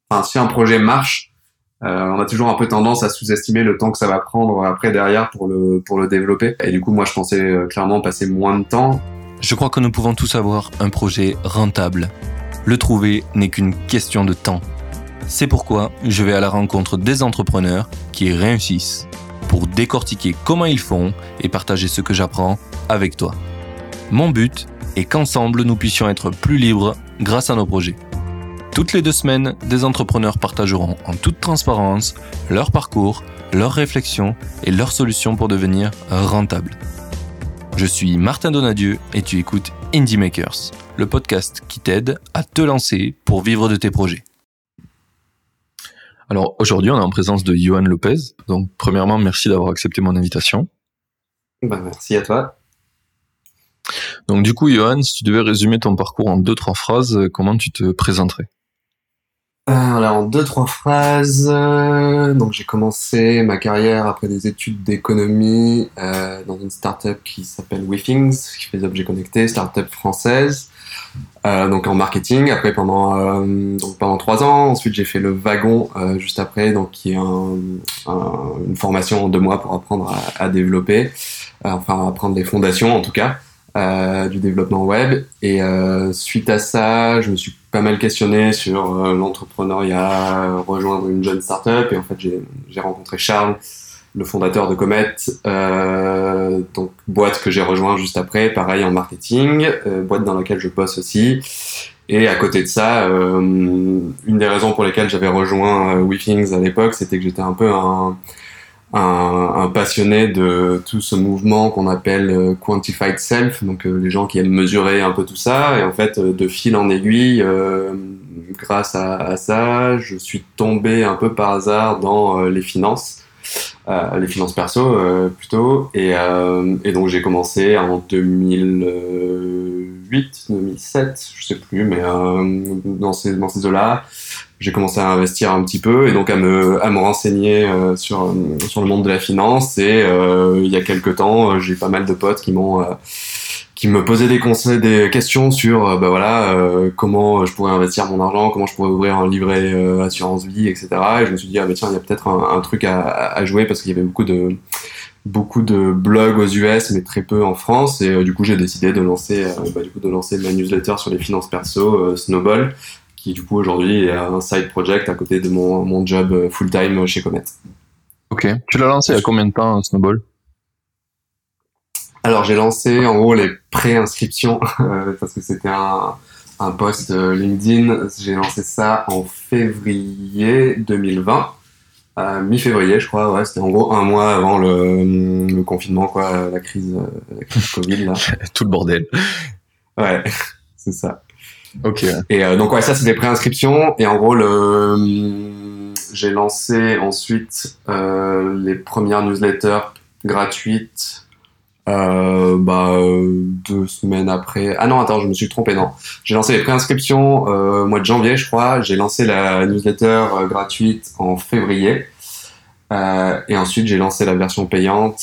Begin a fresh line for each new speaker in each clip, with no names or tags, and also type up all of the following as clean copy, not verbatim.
enfin, si un projet marche, on a toujours un peu tendance à sous-estimer le temps que ça va prendre après derrière pour le développer. Et du coup, moi, je pensais clairement passer moins de temps.
Je crois que nous pouvons tous avoir un projet rentable. Le trouver n'est qu'une question de temps. C'est pourquoi je vais à la rencontre des entrepreneurs qui réussissent pour décortiquer comment ils font et partager ce que j'apprends avec toi. Mon but est qu'ensemble nous puissions être plus libres grâce à nos projets. Toutes les 2 semaines, des entrepreneurs partageront en toute transparence leur parcours, leurs réflexions et leurs solutions pour devenir rentables. Je suis Martin Donadieu et tu écoutes Indie Makers, le podcast qui t'aide à te lancer pour vivre de tes projets. Alors aujourd'hui, on est en présence de Johan Lopez. Donc premièrement, merci d'avoir accepté mon invitation.
Merci à toi.
Donc du coup, Johan, si tu devais résumer ton parcours en 2-3 phrases, comment tu te présenterais ?
Alors en 2-3 phrases, donc j'ai commencé ma carrière après des études d'économie dans une startup qui s'appelle WeThings, qui fait des objets connectés, startup française, donc en marketing. Après pendant 3 ans, ensuite j'ai fait le Wagon juste après, donc qui est une formation en 2 mois pour apprendre à développer, enfin apprendre les fondations en tout cas. Du développement web, et suite à ça je me suis pas mal questionné sur l'entrepreneuriat, rejoindre une jeune startup, et en fait j'ai rencontré Charles, le fondateur de Comet, donc boîte que j'ai rejoint juste après, pareil en marketing, boîte dans laquelle je bosse aussi. Et à côté de ça, une des raisons pour lesquelles j'avais rejoint WeThings à l'époque, c'était que j'étais un peu un passionné de tout ce mouvement qu'on appelle Quantified Self, donc les gens qui aiment mesurer un peu tout ça. Et en fait, de fil en aiguille, grâce à ça, je suis tombé un peu par hasard dans les finances perso plutôt. Et donc j'ai commencé en 2008, 2007, je sais plus, mais dans ces eaux-là. J'ai commencé à investir un petit peu et donc à me renseigner sur le monde de la finance, et il y a quelques temps, j'ai pas mal de potes qui me posaient des questions sur comment je pourrais investir mon argent, comment je pourrais ouvrir un livret assurance vie, etc. Et je me suis dit tiens, il y a peut-être un truc à jouer, parce qu'il y avait beaucoup de blogs aux US mais très peu en France, et du coup j'ai décidé de lancer ma newsletter sur les finances perso, Snowball, qui du coup aujourd'hui est un side project à côté de mon job full-time chez Comet.
Ok. Tu l'as lancé il y a combien de temps, Snowball ?
Alors j'ai lancé en gros les pré-inscriptions parce que c'était un post LinkedIn. J'ai lancé ça en février 2020, mi-février je crois. Ouais, c'était en gros 1 mois avant le confinement, quoi, la crise Covid là.
Tout le bordel.
Ouais, c'est ça.
Ok.
Et donc ouais, ça c'était préinscription, et en gros j'ai lancé ensuite les premières newsletters gratuites 2 semaines après. Ah non, attends, je me suis trompé, non. J'ai lancé les préinscriptions au mois de janvier, je crois. J'ai lancé la newsletter gratuite en février. Et ensuite j'ai lancé la version payante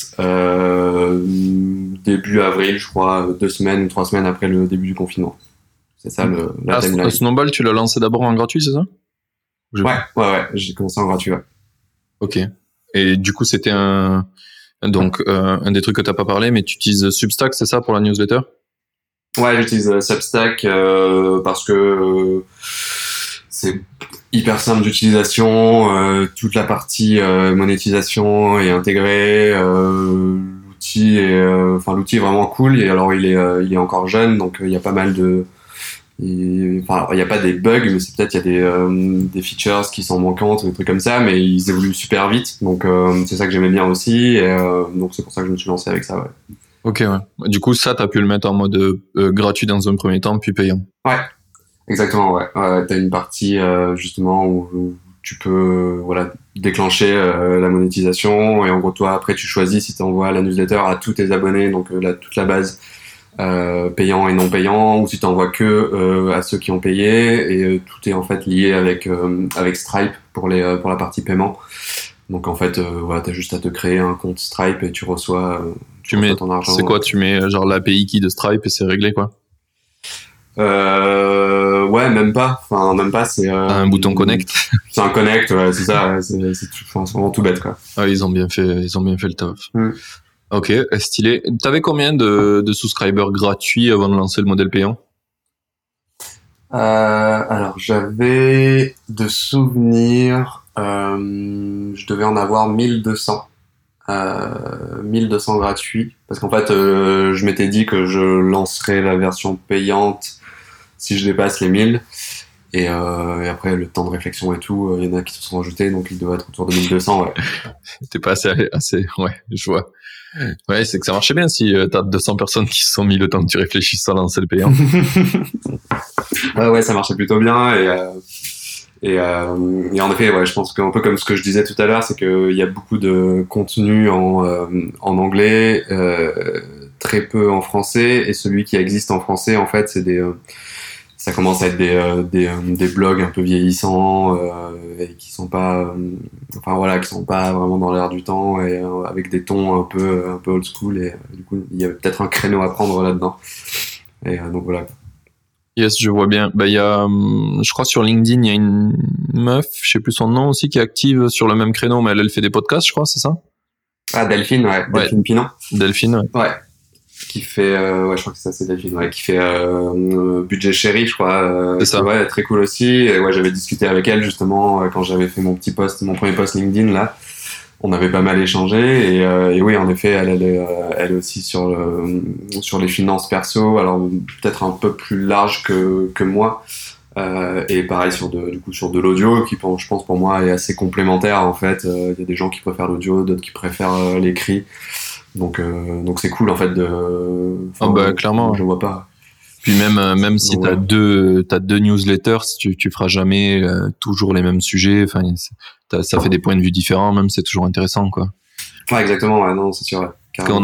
début avril, je crois, 2 semaines ou 3 semaines après le début du confinement. C'est ça la timeline.
Snowball, tu l'as lancé d'abord en gratuit, c'est ça ?
Ouais, j'ai commencé en gratuit, ouais.
Ok. Et du coup, c'était un des trucs que t'as pas parlé, mais tu utilises Substack, c'est ça, pour la newsletter ?
Ouais, j'utilise Substack parce que c'est hyper simple d'utilisation, toute la partie monétisation est intégrée, l'outil est vraiment cool, et alors il est encore jeune, donc il y a pas mal de il y a pas des bugs, mais c'est peut-être il y a des features qui sont manquantes, des trucs comme ça, mais ils évoluent super vite, donc c'est ça que j'aimais bien aussi, et donc c'est pour ça que je me suis lancé avec ça, ouais.
Ok, ouais. Du coup, ça, t'as pu le mettre en mode gratuit dans un premier temps, puis payant.
Ouais, exactement, ouais. T'as une partie justement où tu peux déclencher la monétisation, et en gros toi après tu choisis si tu envoies la newsletter à tous tes abonnés, donc toute la base payant et non payant, ou si tu envoies que à ceux qui ont payé, et tout est en fait lié avec Stripe pour la partie paiement. Donc en fait t'as juste à te créer un compte Stripe et tu reçois ton argent.
C'est quoi, tu mets genre l'API key de Stripe et c'est réglé, quoi?
Ouais, même pas. Enfin, même pas. C'est
Un bouton connect.
C'est un connect. Ouais, c'est ça. Ouais, c'est vraiment tout bête, quoi.
Ah, ils ont bien fait le taf.
Mm.
Ok, stylé. T'avais combien de subscribers gratuits avant de lancer le modèle payant?
Alors, j'avais de souvenirs, je devais en avoir 1200. 1200 gratuits. Parce qu'en fait, je m'étais dit que je lancerais la version payante si je dépasse les 1000. Et après, le temps de réflexion et tout, il y en a qui se sont rajoutés, donc il doit être autour de 1200, ouais.
T'es pas assez, ouais, je vois. Ouais, c'est que ça marchait bien si t'as 200 personnes qui se sont mis le temps que tu réfléchisses à lancer le payant.
Ouais, ça marchait plutôt bien et en effet, ouais, je pense qu'un peu comme ce que je disais tout à l'heure, c'est qu'il y a beaucoup de contenu en anglais, très peu en français, et celui qui existe en français, en fait, ça commence à être des blogs un peu vieillissants et qui sont pas, enfin voilà, qui sont pas vraiment dans l'air du temps et avec des tons un peu old school et du coup, il y a peut-être un créneau à prendre là-dedans. Et donc voilà.
Yes, je vois bien. Bah, il y a, je crois sur LinkedIn, il y a une meuf, je sais plus son nom aussi, qui est active sur le même créneau, mais elle fait des podcasts, je crois, c'est ça?
Ah, Delphine, ouais. Delphine Pinon.
Delphine, ouais.
Ouais. Qui fait, ouais, je crois que c'est Delphine, ouais, qui fait Budget Chéri, je crois.
C'est ça.
Ouais, très cool aussi. Et ouais, j'avais discuté avec elle justement quand j'avais fait mon premier post LinkedIn là. On avait pas mal échangé et oui, en effet, elle est aussi sur les finances perso, alors peut-être un peu plus large que moi. Et pareil du coup sur de l'audio qui je pense pour moi est assez complémentaire en fait. Il y a des gens qui préfèrent l'audio, d'autres qui préfèrent l'écrit. Donc c'est cool en fait
clairement.
Je vois pas.
Puis même si
ouais.
t'as deux newsletters, tu feras jamais toujours les mêmes sujets. Enfin, ça fait des points de vue différents, même c'est toujours intéressant, quoi.
Ouais, exactement. Ouais, non, c'est sûr. Ouais.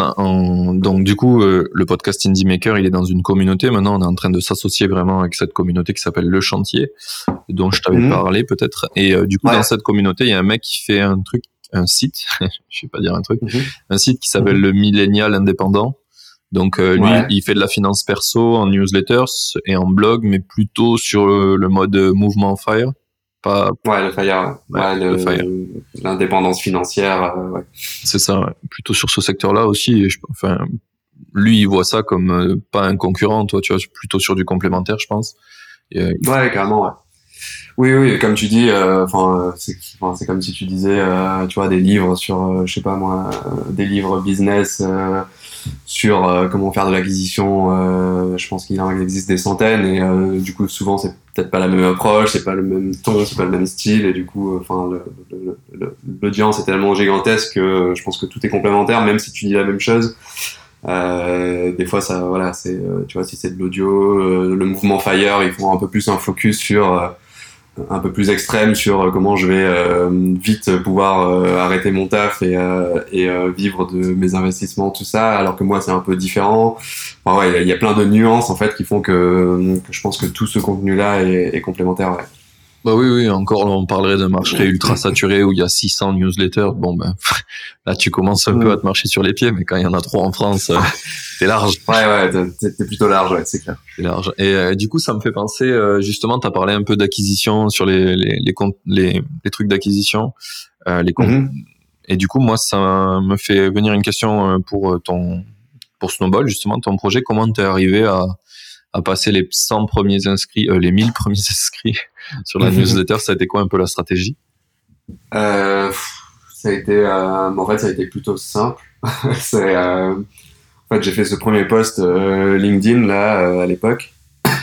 Donc du coup, le podcast Indie Maker, il est dans une communauté. Maintenant, on est en train de s'associer vraiment avec cette communauté qui s'appelle Le Chantier, dont je t'avais parlé peut-être. Et du coup, dans cette communauté, il y a un mec qui fait un site, je vais pas dire un truc, un site qui s'appelle le Millennial Indépendant. Donc lui, il fait de la finance perso en newsletters et en blog, mais plutôt sur le mode mouvement FIRE. Pas...
Ouais, le FIRE. Ouais, le FIRE. L'indépendance financière. Ouais.
C'est ça, ouais. Plutôt sur ce secteur-là aussi. Enfin, lui, il voit ça comme pas un concurrent, toi, tu vois, plutôt sur du complémentaire, je pense.
Ouais, carrément, ouais. Oui, comme tu dis, c'est comme si tu disais, tu vois, des livres sur, je sais pas moi, des livres business sur comment faire de l'acquisition. Je pense qu'il en existe des centaines et du coup, souvent, c'est peut-être pas la même approche, c'est pas le même ton, c'est pas le même style et du coup, l'audience est tellement gigantesque que je pense que tout est complémentaire, même si tu dis la même chose. Des fois ça voilà c'est tu vois si c'est de l'audio le mouvement FIRE ils font un peu plus un focus sur un peu plus extrême sur comment je vais vite pouvoir arrêter mon taf et vivre de mes investissements tout ça alors que moi c'est un peu différent. Enfin, ouais il y a plein de nuances en fait qui font que je pense que tout ce contenu là est complémentaire. Ouais.
Bah oui, encore on parlerait d'un marché ultra saturé où il y a 600 newsletters. Bon ben là tu commences un peu à te marcher sur les pieds, mais quand il y en a 3 en France, t'es large.
Ouais, t'es plutôt large, ouais, c'est clair.
T'es large. Et du coup, ça me fait penser justement, t'as parlé un peu d'acquisition sur les trucs d'acquisition, et du coup moi ça me fait venir une question pour Snowball justement ton projet. Comment t'es arrivé à passer les 100 premiers inscrits, les 1000 premiers inscrits sur la newsletter? Ça a été quoi un peu la stratégie?
Ça a été, en fait, ça a été plutôt simple. En fait, j'ai fait ce premier post LinkedIn là à l'époque,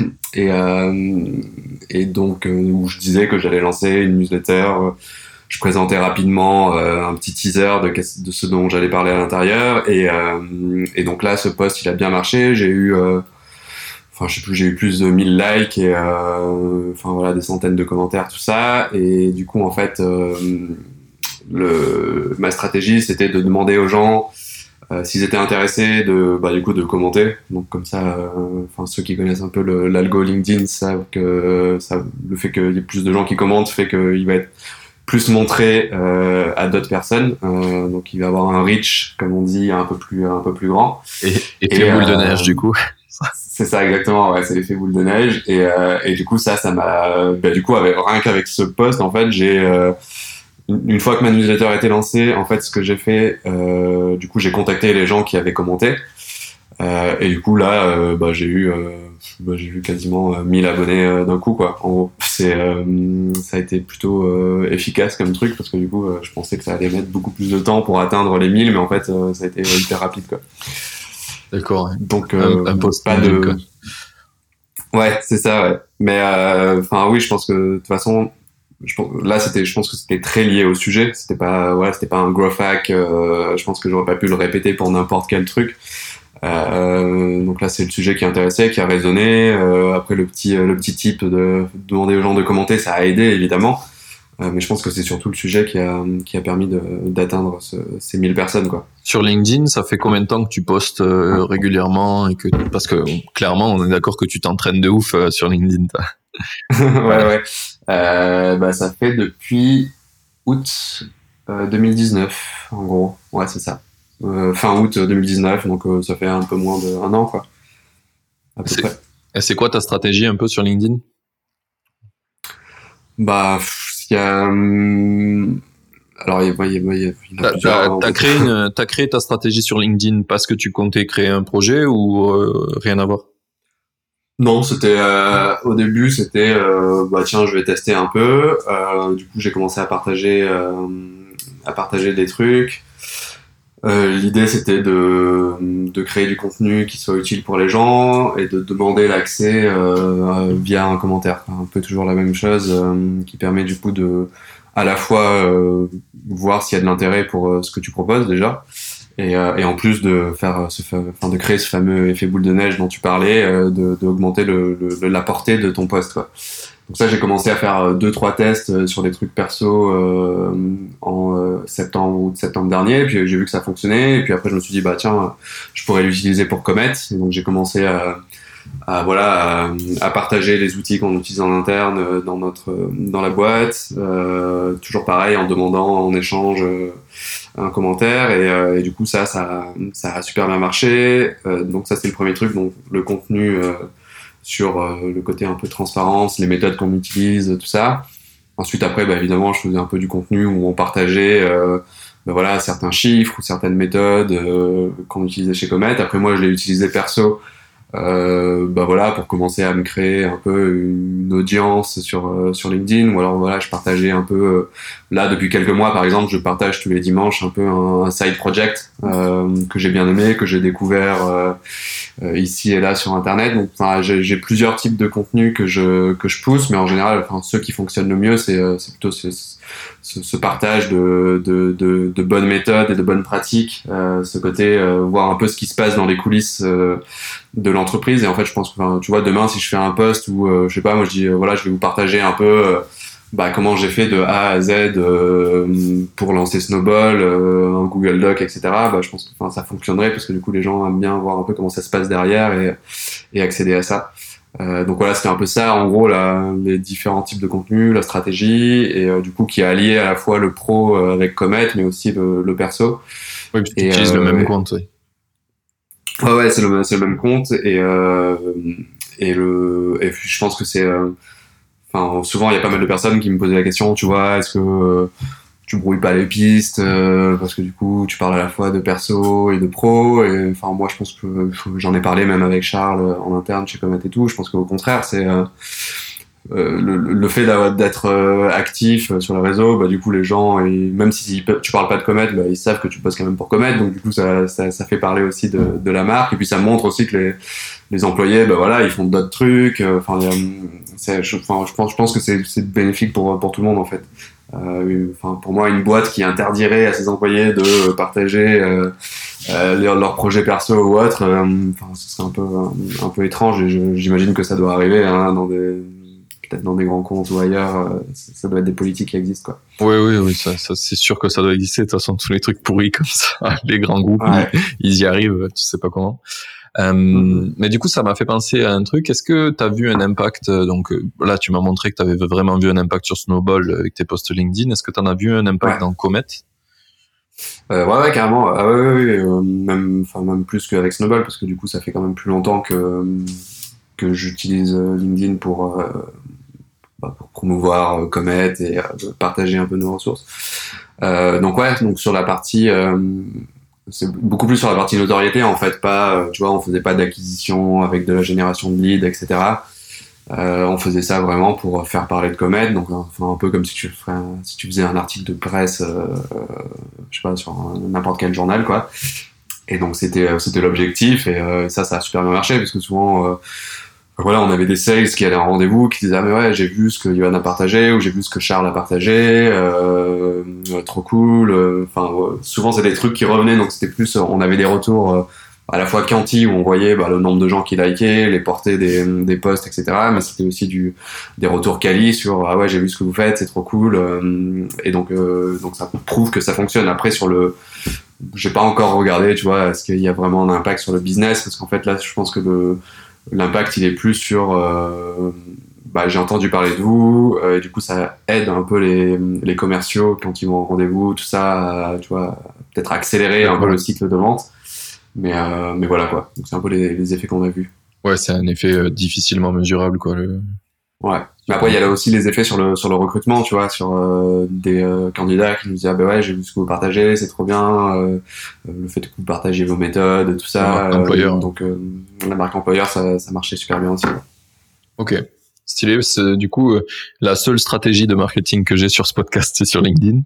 et donc où je disais que j'allais lancer une newsletter. Je présentais rapidement un petit teaser de ce dont j'allais parler à l'intérieur, et donc là, ce post il a bien marché. J'ai eu je sais plus, j'ai eu plus de 1000 likes et des centaines de commentaires, tout ça. Et du coup, en fait, ma stratégie, c'était de demander aux gens s'ils étaient intéressés de commenter. Donc comme ça, ceux qui connaissent un peu l'algo LinkedIn savent que le fait qu'il y ait plus de gens qui commentent fait qu'il va être plus montré à d'autres personnes. Donc il va avoir un reach, comme on dit, un peu plus grand.
Et boule de neige, du coup.
C'est ça exactement, ouais, c'est l'effet boule de neige et du coup ça m'a du coup rien qu'avec ce post en fait j'ai une fois que ma newsletter a été lancée en fait ce que j'ai fait du coup j'ai contacté les gens qui avaient commenté et du coup là j'ai eu quasiment 1000 abonnés d'un coup quoi. En gros ça a été plutôt efficace comme truc parce que du coup je pensais que ça allait mettre beaucoup plus de temps pour atteindre les 1000 mais en fait ça a été hyper rapide quoi.
D'accord. Ouais.
Donc
Un post
pas
LinkedIn,
de
quoi.
ouais c'est ça ouais mais enfin oui je pense que de toute façon je pense que c'était très lié au sujet, c'était pas un growth hack, je pense que j'aurais pas pu le répéter pour n'importe quel truc. Donc là c'est le sujet qui intéressait, qui a résonné. Après le petit tip de demander aux gens de commenter, ça a aidé évidemment. Mais je pense que c'est surtout le sujet qui a permis d'atteindre ces 1000 personnes quoi.
Sur LinkedIn, ça fait combien de temps que tu postes régulièrement parce que clairement on est d'accord que tu t'entraînes de ouf sur LinkedIn.
Ouais. Ça fait depuis août 2019 en gros. Ouais c'est ça. Fin août 2019, donc ça fait un peu moins d'un an quoi. À peu près.
Et c'est quoi ta stratégie un peu sur LinkedIn?
Bah, il y a, alors il y a plusieurs.
T'as créé ta stratégie sur LinkedIn parce que tu comptais créer un projet ou rien à voir?
Non, c'était au début, c'était tiens, je vais tester un peu. Du coup, j'ai commencé à partager des trucs. L'idée, c'était de créer du contenu qui soit utile pour les gens et de demander l'accès via un commentaire. Un peu toujours la même chose qui permet du coup de à la fois voir s'il y a de l'intérêt pour ce que tu proposes déjà et en plus de faire de créer ce fameux effet boule de neige dont tu parlais, d'augmenter la portée de ton post quoi. Donc ça, j'ai commencé à faire 2-3 tests sur des trucs perso en septembre dernier, puis j'ai vu que ça fonctionnait, et puis après je me suis dit bah tiens, je pourrais l'utiliser pour Comet, et donc j'ai commencé à partager les outils qu'on utilise en interne dans la boîte, toujours pareil en demandant en échange un commentaire, et du coup ça a super bien marché. Donc ça c'est le premier truc, donc le contenu sur le côté un peu transparence, les méthodes qu'on utilise, tout ça. Ensuite, après, évidemment, je faisais un peu du contenu où on partageait certains chiffres ou certaines méthodes qu'on utilisait chez Comet. Après, moi, je l'ai utilisé perso pour commencer à me créer un peu une audience sur LinkedIn, ou alors je partageais un peu là depuis quelques mois par exemple je partage tous les dimanches un peu un side project que j'ai bien aimé, que j'ai découvert ici et là sur internet. Donc j'ai plusieurs types de contenus que je pousse, mais en général ceux qui fonctionnent le mieux c'est plutôt ce partage de bonnes méthodes et de bonnes pratiques, ce côté voir un peu ce qui se passe dans les coulisses de l'entreprise. Et en fait je pense que tu vois, demain si je fais un post où je sais pas, moi je dis je vais vous partager un peu comment j'ai fait de A à Z pour lancer Snowball, un Google Doc, etc. Je pense que ça fonctionnerait parce que du coup les gens aiment bien voir un peu comment ça se passe derrière et accéder à ça. Donc voilà, c'était un peu ça en gros les différents types de contenus, la stratégie, et du coup qui a allié à la fois le pro avec Comet mais aussi le perso.
Oui, tu utilises le même compte, oui.
Ouais, c'est le même compte, et puis je pense que c'est souvent il y a pas mal de personnes qui me posaient la question, tu vois, est-ce que tu brouilles pas les pistes parce que du coup tu parles à la fois de perso et de pro, et moi je pense que j'en ai parlé même avec Charles en interne chez Comet et tout. Je pense qu'au contraire c'est le fait d'être actif sur le réseau, du coup les gens, même si tu parles pas de Comet, ils savent que tu bosses quand même pour Comet, donc du coup ça fait parler aussi de la marque, et puis ça montre aussi que les employés ils font d'autres trucs. Je pense que c'est bénéfique pour tout le monde en fait. Pour moi, une boîte qui interdirait à ses employés de partager leurs projets perso ou autre, ce serait un peu étrange, et j'imagine que ça doit arriver peut-être dans des grands comptes ou ailleurs. Ça doit être des politiques qui existent quoi.
Oui, ça c'est sûr que ça doit exister. De toute façon, tous les trucs pourris comme ça, les grands groupes, ils y arrivent, tu sais pas comment. Mais du coup, ça m'a fait penser à un truc. Est-ce que tu as vu un impact, donc là, tu m'as montré que tu avais vraiment vu un impact sur Snowball avec tes posts LinkedIn. Est-ce que tu en as vu un impact dans Comet?
Ouais, carrément. Ah, ouais, même plus qu'avec Snowball, parce que du coup, ça fait quand même plus longtemps que que j'utilise LinkedIn pour promouvoir Comet et partager un peu nos ressources. Donc sur la partie, c'est beaucoup plus sur la partie notoriété en fait, pas, tu vois, on faisait pas d'acquisition avec de la génération de leads, etc. On faisait ça vraiment pour faire parler de Comet, donc un peu comme si tu faisais un article de presse, je sais pas, sur n'importe quel journal, quoi. Et donc c'était l'objectif, et ça a super bien marché parce que souvent voilà, on avait des sales qui allaient en rendez-vous, qui disaient ah mais ouais, j'ai vu ce que Yoann a partagé, ou j'ai vu ce que Charles a partagé, trop cool. Enfin souvent c'est des trucs qui revenaient, donc c'était plus, on avait des retours à la fois quanti, où on voyait le nombre de gens qui likaient, les portées des posts, etc. Mais c'était aussi des retours quali sur ah ouais, j'ai vu ce que vous faites, c'est trop cool. Et donc ça prouve que ça fonctionne. Après j'ai pas encore regardé, tu vois, est-ce qu'il y a vraiment un impact sur le business, parce qu'en fait là je pense que l'impact il est plus sur j'ai entendu parler de vous, et du coup ça aide un peu les commerciaux quand ils vont au rendez-vous, tout ça, tu vois, peut-être accélérer un peu le cycle de vente, mais voilà quoi. Donc c'est un peu les effets qu'on a vus.
Ouais, c'est un effet difficilement mesurable, quoi.
Ouais. Mais après il y a là aussi les effets sur le recrutement, tu vois, sur des candidats qui nous disent ah ben ouais, j'ai vu ce que vous partagez, c'est trop bien, le fait que vous partagiez vos méthodes, tout ça, donc la marque employeur, ça marchait super bien aussi. Ouais.
Ok, stylé. C'est, du coup, la seule stratégie de marketing que j'ai sur ce podcast, c'est sur LinkedIn.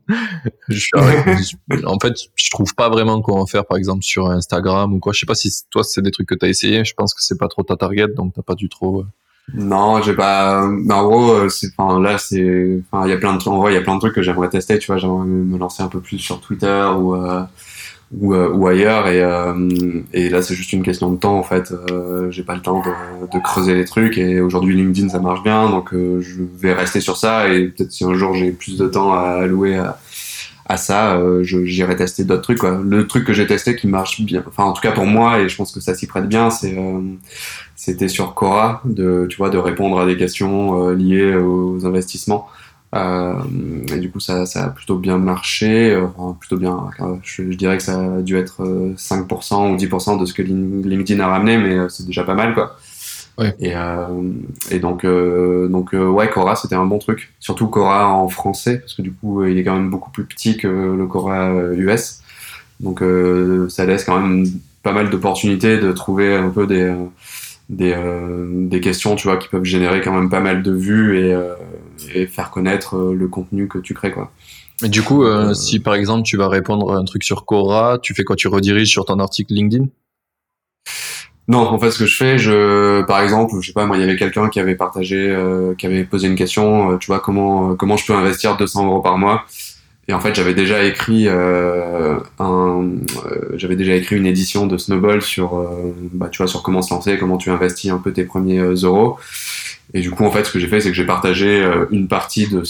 En fait, je trouve pas vraiment quoi en faire, par exemple sur Instagram ou quoi. Je sais pas si toi c'est des trucs que t'as essayé. Je pense que c'est pas trop ta target, donc t'as pas dû trop.
Non, j'ai pas. Mais en gros, il y a plein de trucs. En vrai, il y a plein de trucs que j'aimerais tester. Tu vois, j'aimerais me lancer un peu plus sur Twitter ou ailleurs. Et là, c'est juste une question de temps. En fait, j'ai pas le temps de creuser les trucs. Et aujourd'hui, LinkedIn, ça marche bien, donc je vais rester sur ça. Et peut-être si un jour j'ai plus de temps à allouer à ça, j'irai tester d'autres trucs, quoi. Le truc que j'ai testé qui marche bien, enfin en tout cas pour moi, et je pense que ça s'y prête bien, c'était sur Quora, tu vois, de répondre à des questions liées aux investissements. Et du coup ça a plutôt bien marché, plutôt bien, je dirais que ça a dû être 5% ou 10% de ce que LinkedIn a ramené, mais c'est déjà pas mal, quoi.
Ouais.
Et donc ouais, Quora c'était un bon truc, surtout Quora en français, parce que du coup il est quand même beaucoup plus petit que le Quora US, donc ça laisse quand même pas mal d'opportunités de trouver un peu des questions, tu vois, qui peuvent générer quand même pas mal de vues et faire connaître le contenu que tu crées, quoi.
Mais du coup, si par exemple tu vas répondre à un truc sur Quora, tu fais quoi? Tu rediriges sur ton article LinkedIn?
Non, en fait, ce que je fais, par exemple, je sais pas, moi, il y avait quelqu'un qui avait partagé, qui avait posé une question, tu vois, comment je peux investir 200 euros par mois. Et en fait, j'avais déjà écrit une édition de Snowball sur, tu vois, sur comment se lancer, comment tu investis un peu tes premiers euros. Et du coup, en fait, ce que j'ai fait, c'est que j'ai partagé une partie de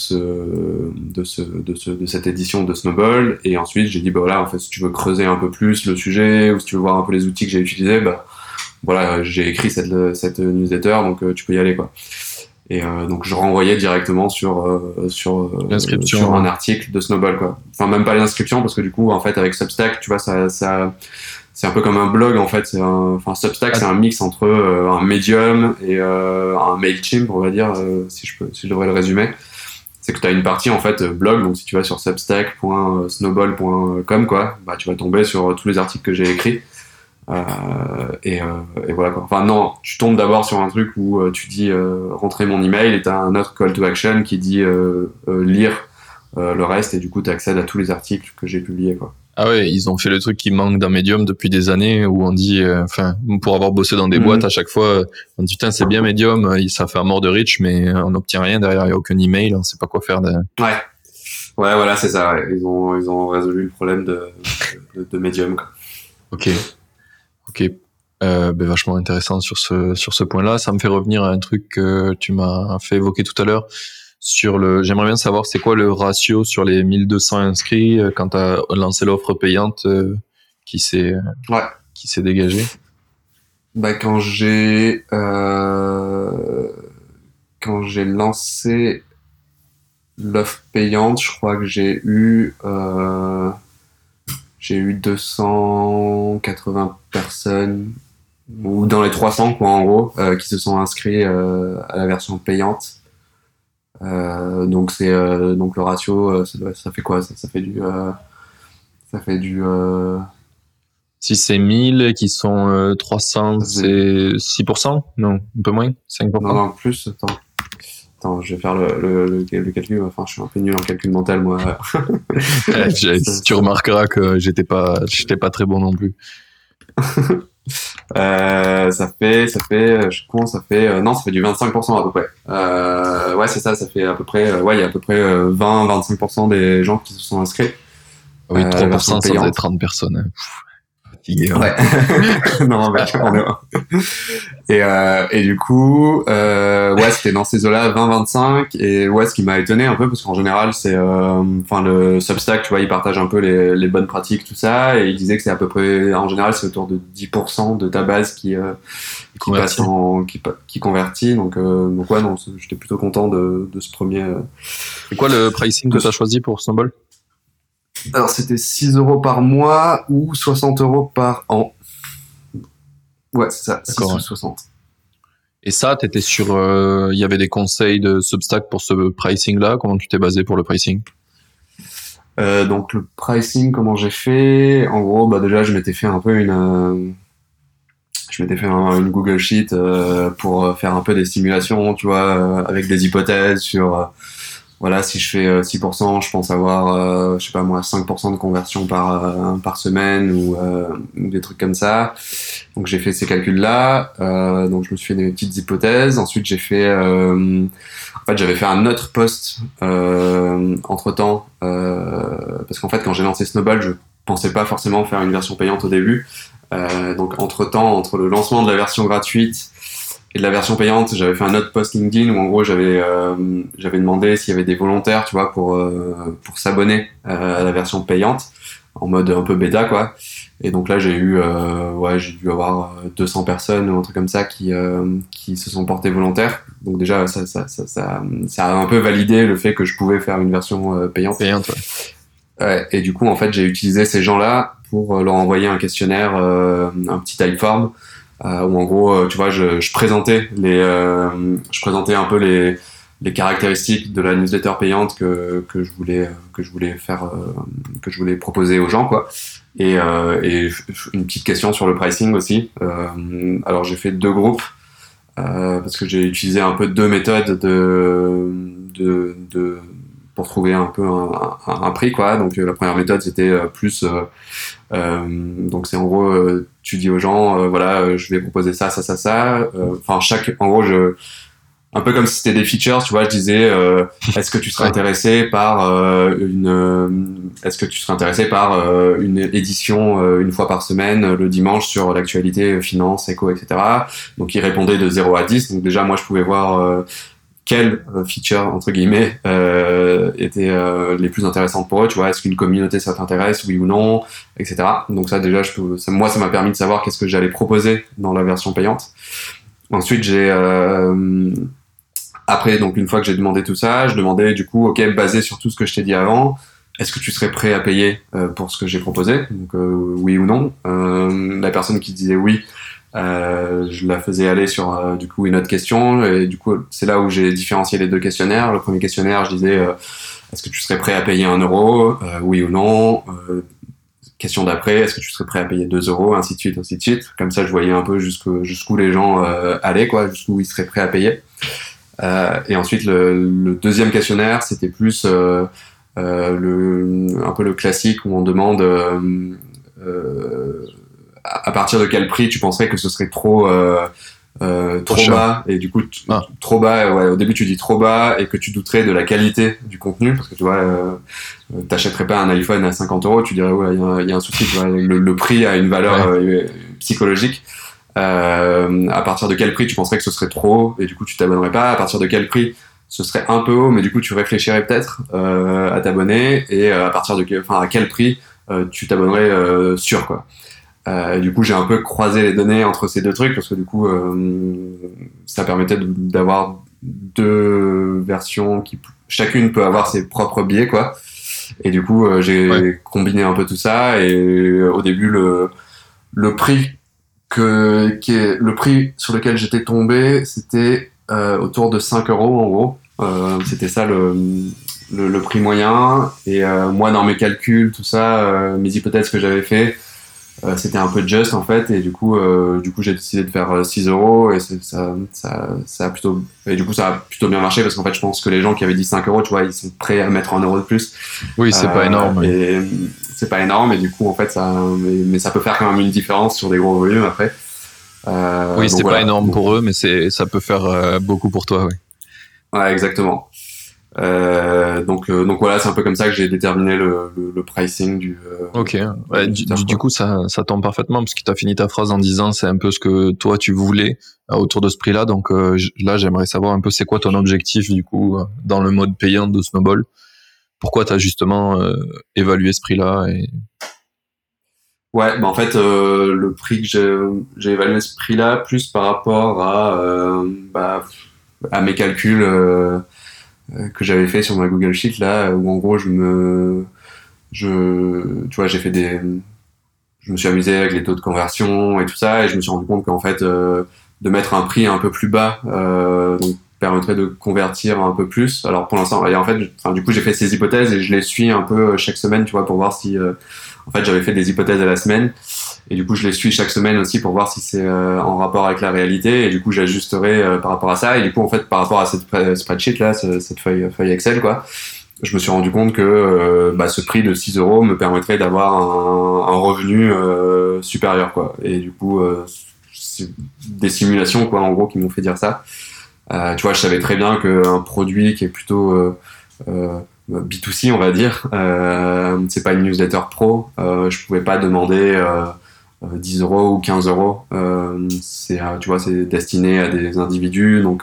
cette édition de Snowball. Et ensuite, j'ai dit, voilà, en fait, si tu veux creuser un peu plus le sujet, ou si tu veux voir un peu les outils que j'ai utilisés, voilà, j'ai écrit cette newsletter, donc tu peux y aller, quoi. Et donc je renvoyais directement sur un article de Snowball, quoi. Enfin, même pas l'inscription, parce que du coup, en fait, avec Substack, tu vois, ça c'est un peu comme un blog, en fait. Substack, c'est un mix entre un Medium et un Mailchimp, on va dire, si je devrais le résumer. C'est que tu as une partie, en fait, blog, donc si tu vas sur substack.snowball.com, quoi, tu vas tomber sur tous les articles que j'ai écrits. Et voilà, quoi. Enfin non, tu tombes d'abord sur un truc où tu dis rentrer mon email, et t'as un autre call to action qui dit lire le reste, et du coup t'accèdes à tous les articles que j'ai publiés, quoi.
Ah ouais, ils ont fait le truc qui manque d'un Medium depuis des années, où on dit, pour avoir bossé dans des boîtes, à chaque fois, on dit putain c'est bien Medium, ça fait un mort de rich, mais on n'obtient rien derrière, il y a aucun email, on sait pas quoi faire.
Ouais, voilà, c'est ça. Ouais. Ils ont résolu le problème de Medium, quoi.
Ok. Vachement intéressant sur ce point-là. Ça me fait revenir à un truc que tu m'as fait évoquer tout à l'heure. J'aimerais bien savoir c'est quoi le ratio sur les 1200 inscrits quand tu as lancé l'offre payante qui s'est dégagé.
Quand j'ai lancé l'offre payante, je crois que j'ai eu 280 personnes ou dans les 300 quoi en gros, qui se sont inscrits à la version payante. Donc donc le ratio, ça fait quoi? Ça fait du
Si c'est 1000 qui sont 300,
ça fait-
c'est 6%? Non, un peu moins? 5%?
non plus. Attends, je vais faire le calcul. Enfin, je suis un peu nul en calcul mental moi.
Tu remarqueras que j'étais pas très bon non plus.
Ça fait non, ça fait du 25% à peu près. Ouais, c'est ça, ça fait à peu près, ouais, il y a à peu près 20-25% des gens qui se sont inscrits.
Ah oui,
La
3%,
version
ça faisait
payante.
30 personnes. Hein. Fatigué, hein.
Ouais. Non, mais et du coup, ouais, c'était dans ces eaux-là, 20-25. Et ouais, ce qui m'a étonné un peu, parce qu'en général, c'est, enfin, le Substack, tu vois, il partage un peu les bonnes pratiques, tout ça, et il disait que c'est à peu près, en général, c'est autour de 10% de ta base qui passe qui convertit. Donc ouais, non, j'étais plutôt content de ce premier.
C'est quoi le pricing que tu as choisi pour Snowball?
Alors, c'était 6 euros par mois ou 60 euros par an. Ouais, c'est ça, 6 ou 60.
Et ça, t'étais sur, il y avait des conseils de Substack pour ce pricing-là. Comment tu t'es basé pour le pricing?
Donc le pricing, comment j'ai fait? En gros, bah déjà, je m'étais fait un peu une Google Sheet pour faire un peu des simulations, tu vois, avec des hypothèses sur voilà, si je fais 6%, je pense avoir, je sais pas moi, 5% de conversion par semaine ou des trucs comme ça. Donc j'ai fait ces calculs-là. Donc je me suis fait des petites hypothèses. Ensuite j'ai fait, en fait j'avais fait un autre post entre-temps parce qu'en fait quand j'ai lancé Snowball, je pensais pas forcément faire une version payante au début. Donc entre-temps, entre le lancement de la version gratuite et de la version payante, j'avais fait un autre post LinkedIn où en gros j'avais demandé s'il y avait des volontaires, tu vois, pour s'abonner à la version payante en mode un peu bêta quoi. Et donc là j'ai dû avoir 200 personnes ou un truc comme ça qui se sont portés volontaires. Donc déjà ça a un peu validé le fait que je pouvais faire une version payante.
Payante, ouais.
Ouais, et du coup en fait j'ai utilisé ces gens-là pour leur envoyer un questionnaire, un petit typeform. Où en gros, tu vois, je présentais un peu les caractéristiques de la newsletter payante que je voulais faire, que je voulais proposer aux gens, quoi. Et une petite question sur le pricing aussi. Alors j'ai fait 2 groupes parce que j'ai utilisé un peu 2 méthodes pour trouver un peu un prix, quoi. Donc la première méthode c'était plus donc c'est en gros tu dis aux gens voilà je vais proposer ça. Enfin en gros un peu comme si c'était des features, tu vois, je disais est-ce que tu serais intéressé par une édition une fois par semaine le dimanche sur l'actualité finance, éco, etc. Donc ils répondaient de 0 à 10. Donc déjà moi je pouvais voir quelles features entre guillemets étaient les plus intéressantes pour eux, tu vois, est-ce qu'une communauté ça t'intéresse, oui ou non, etc. Donc ça déjà ça m'a permis de savoir qu'est-ce que j'allais proposer dans la version payante. Ensuite j'ai après, donc une fois que j'ai demandé tout ça, je demandais du coup, ok, basé sur tout ce que je t'ai dit avant, est-ce que tu serais prêt à payer pour ce que j'ai proposé? Donc oui ou non. La personne qui disait oui, je la faisais aller sur du coup une autre question, et du coup c'est là où j'ai différencié les 2 questionnaires. Le premier questionnaire, je disais est-ce que tu serais prêt à payer 1 euro, oui ou non. Question d'après, est-ce que tu serais prêt à payer 2 euros, ainsi de suite, ainsi de suite. Comme ça je voyais un peu jusqu'où les gens allaient, quoi, jusqu'où ils seraient prêts à payer. Et ensuite le deuxième questionnaire c'était plus un peu le classique où on demande à partir de quel prix tu penserais que ce serait trop bas, et du coup trop bas, ouais, au début tu dis trop bas et que tu douterais de la qualité du contenu, parce que tu vois t'achèterais pas un iPhone à 50 euros, tu dirais ouais il y a un souci, tu vois, le prix a une valeur psychologique. À partir de quel prix tu penserais que ce serait trop haut et du coup tu t'abonnerais pas? À partir de quel prix ce serait un peu haut mais du coup tu réfléchirais peut-être à t'abonner? Et à partir de à quel prix tu t'abonnerais sûr, quoi. Du coup j'ai un peu croisé les données entre ces 2 trucs parce que du coup ça permettait d'avoir 2 versions qui chacune peut avoir ses propres biais, quoi. Et du coup j'ai combiné un peu tout ça, et au début le prix le prix sur lequel j'étais tombé, c'était autour de 5 euros en gros. C'était ça le prix moyen. Et moi, dans mes calculs, tout ça, mes hypothèses que j'avais fait, c'était un peu juste en fait. Et du coup j'ai décidé de faire 6 euros. Et ça a plutôt, et du coup, ça a plutôt bien marché parce qu'en fait, je pense que les gens qui avaient dit 5 euros, tu vois, ils sont prêts à mettre 1 euro de plus.
Oui, c'est pas énorme.
Et c'est pas énorme. Et du coup, en fait, mais ça peut faire quand même une différence sur des gros volumes après.
Oui, c'est
voilà.
pas énorme pour eux, mais ça peut faire beaucoup pour toi, oui.
Ouais, exactement. Donc voilà, c'est un peu comme ça que j'ai déterminé le pricing du.
Ok. Ouais, du coup, ça tombe parfaitement parce que tu as fini ta phrase en disant c'est un peu ce que toi tu voulais autour de ce prix-là. Donc là, j'aimerais savoir un peu c'est quoi ton objectif du coup dans le mode payant de Snowball. Pourquoi tu as justement évalué ce prix-là et...
Ouais, bah en fait, le prix que j'ai évalué ce prix-là plus par rapport à mes calculs que j'avais fait sur ma Google Sheet là, où en gros tu vois, je me suis amusé avec les taux de conversion et tout ça, et je me suis rendu compte qu'en fait, de mettre un prix un peu plus bas, donc permettrait de convertir un peu plus. Alors pour l'instant, et en fait, du coup, j'ai fait ces hypothèses et je les suis un peu chaque semaine, tu vois, pour voir si, en fait, j'avais fait des hypothèses à la semaine, et du coup, je les suis chaque semaine aussi pour voir si c'est en rapport avec la réalité, et du coup, j'ajusterai par rapport à ça, et du coup, en fait, par rapport à cette spreadsheet là, cette feuille Excel, quoi. Je me suis rendu compte que ce prix de 6 euros me permettrait d'avoir un revenu supérieur, quoi. Et du coup, c'est des simulations, quoi, en gros, qui m'ont fait dire ça. Tu vois, je savais très bien qu'un produit qui est plutôt B2C, on va dire, c'est pas une newsletter pro. Je pouvais pas demander 10 euros ou 15 euros. Tu vois, c'est destiné à des individus, donc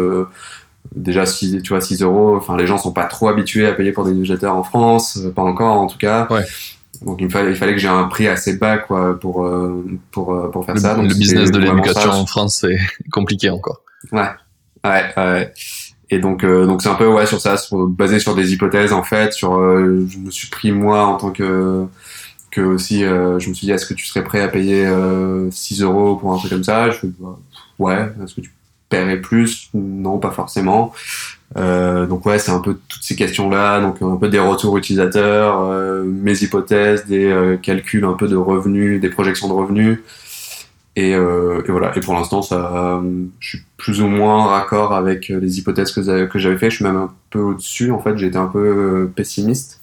déjà, tu vois, 6 euros, enfin, les gens sont pas trop habitués à payer pour des newsletters en France, pas encore en tout cas.
Ouais.
Donc il fallait que j'ai un prix assez bas, quoi, pour faire ça. Donc
le business de l'éducation
ça.
en France, c'est compliqué encore.
Ouais. Et donc c'est un peu, ouais, sur ça, basé sur des hypothèses, en fait, je me suis pris, moi, en tant que aussi, je me suis dit, est-ce que tu serais prêt à payer 6 euros pour un truc comme ça? Je fais, ouais, est-ce que tu paierais plus? Non, pas forcément. Donc ouais, c'est un peu toutes ces questions-là, donc un peu des retours utilisateurs, mes hypothèses, des calculs un peu de revenus, des projections de revenus, et voilà. Et pour l'instant, je suis plus ou moins raccord avec les hypothèses que j'avais fait. Je suis même un peu au-dessus. En fait, j'ai été un peu pessimiste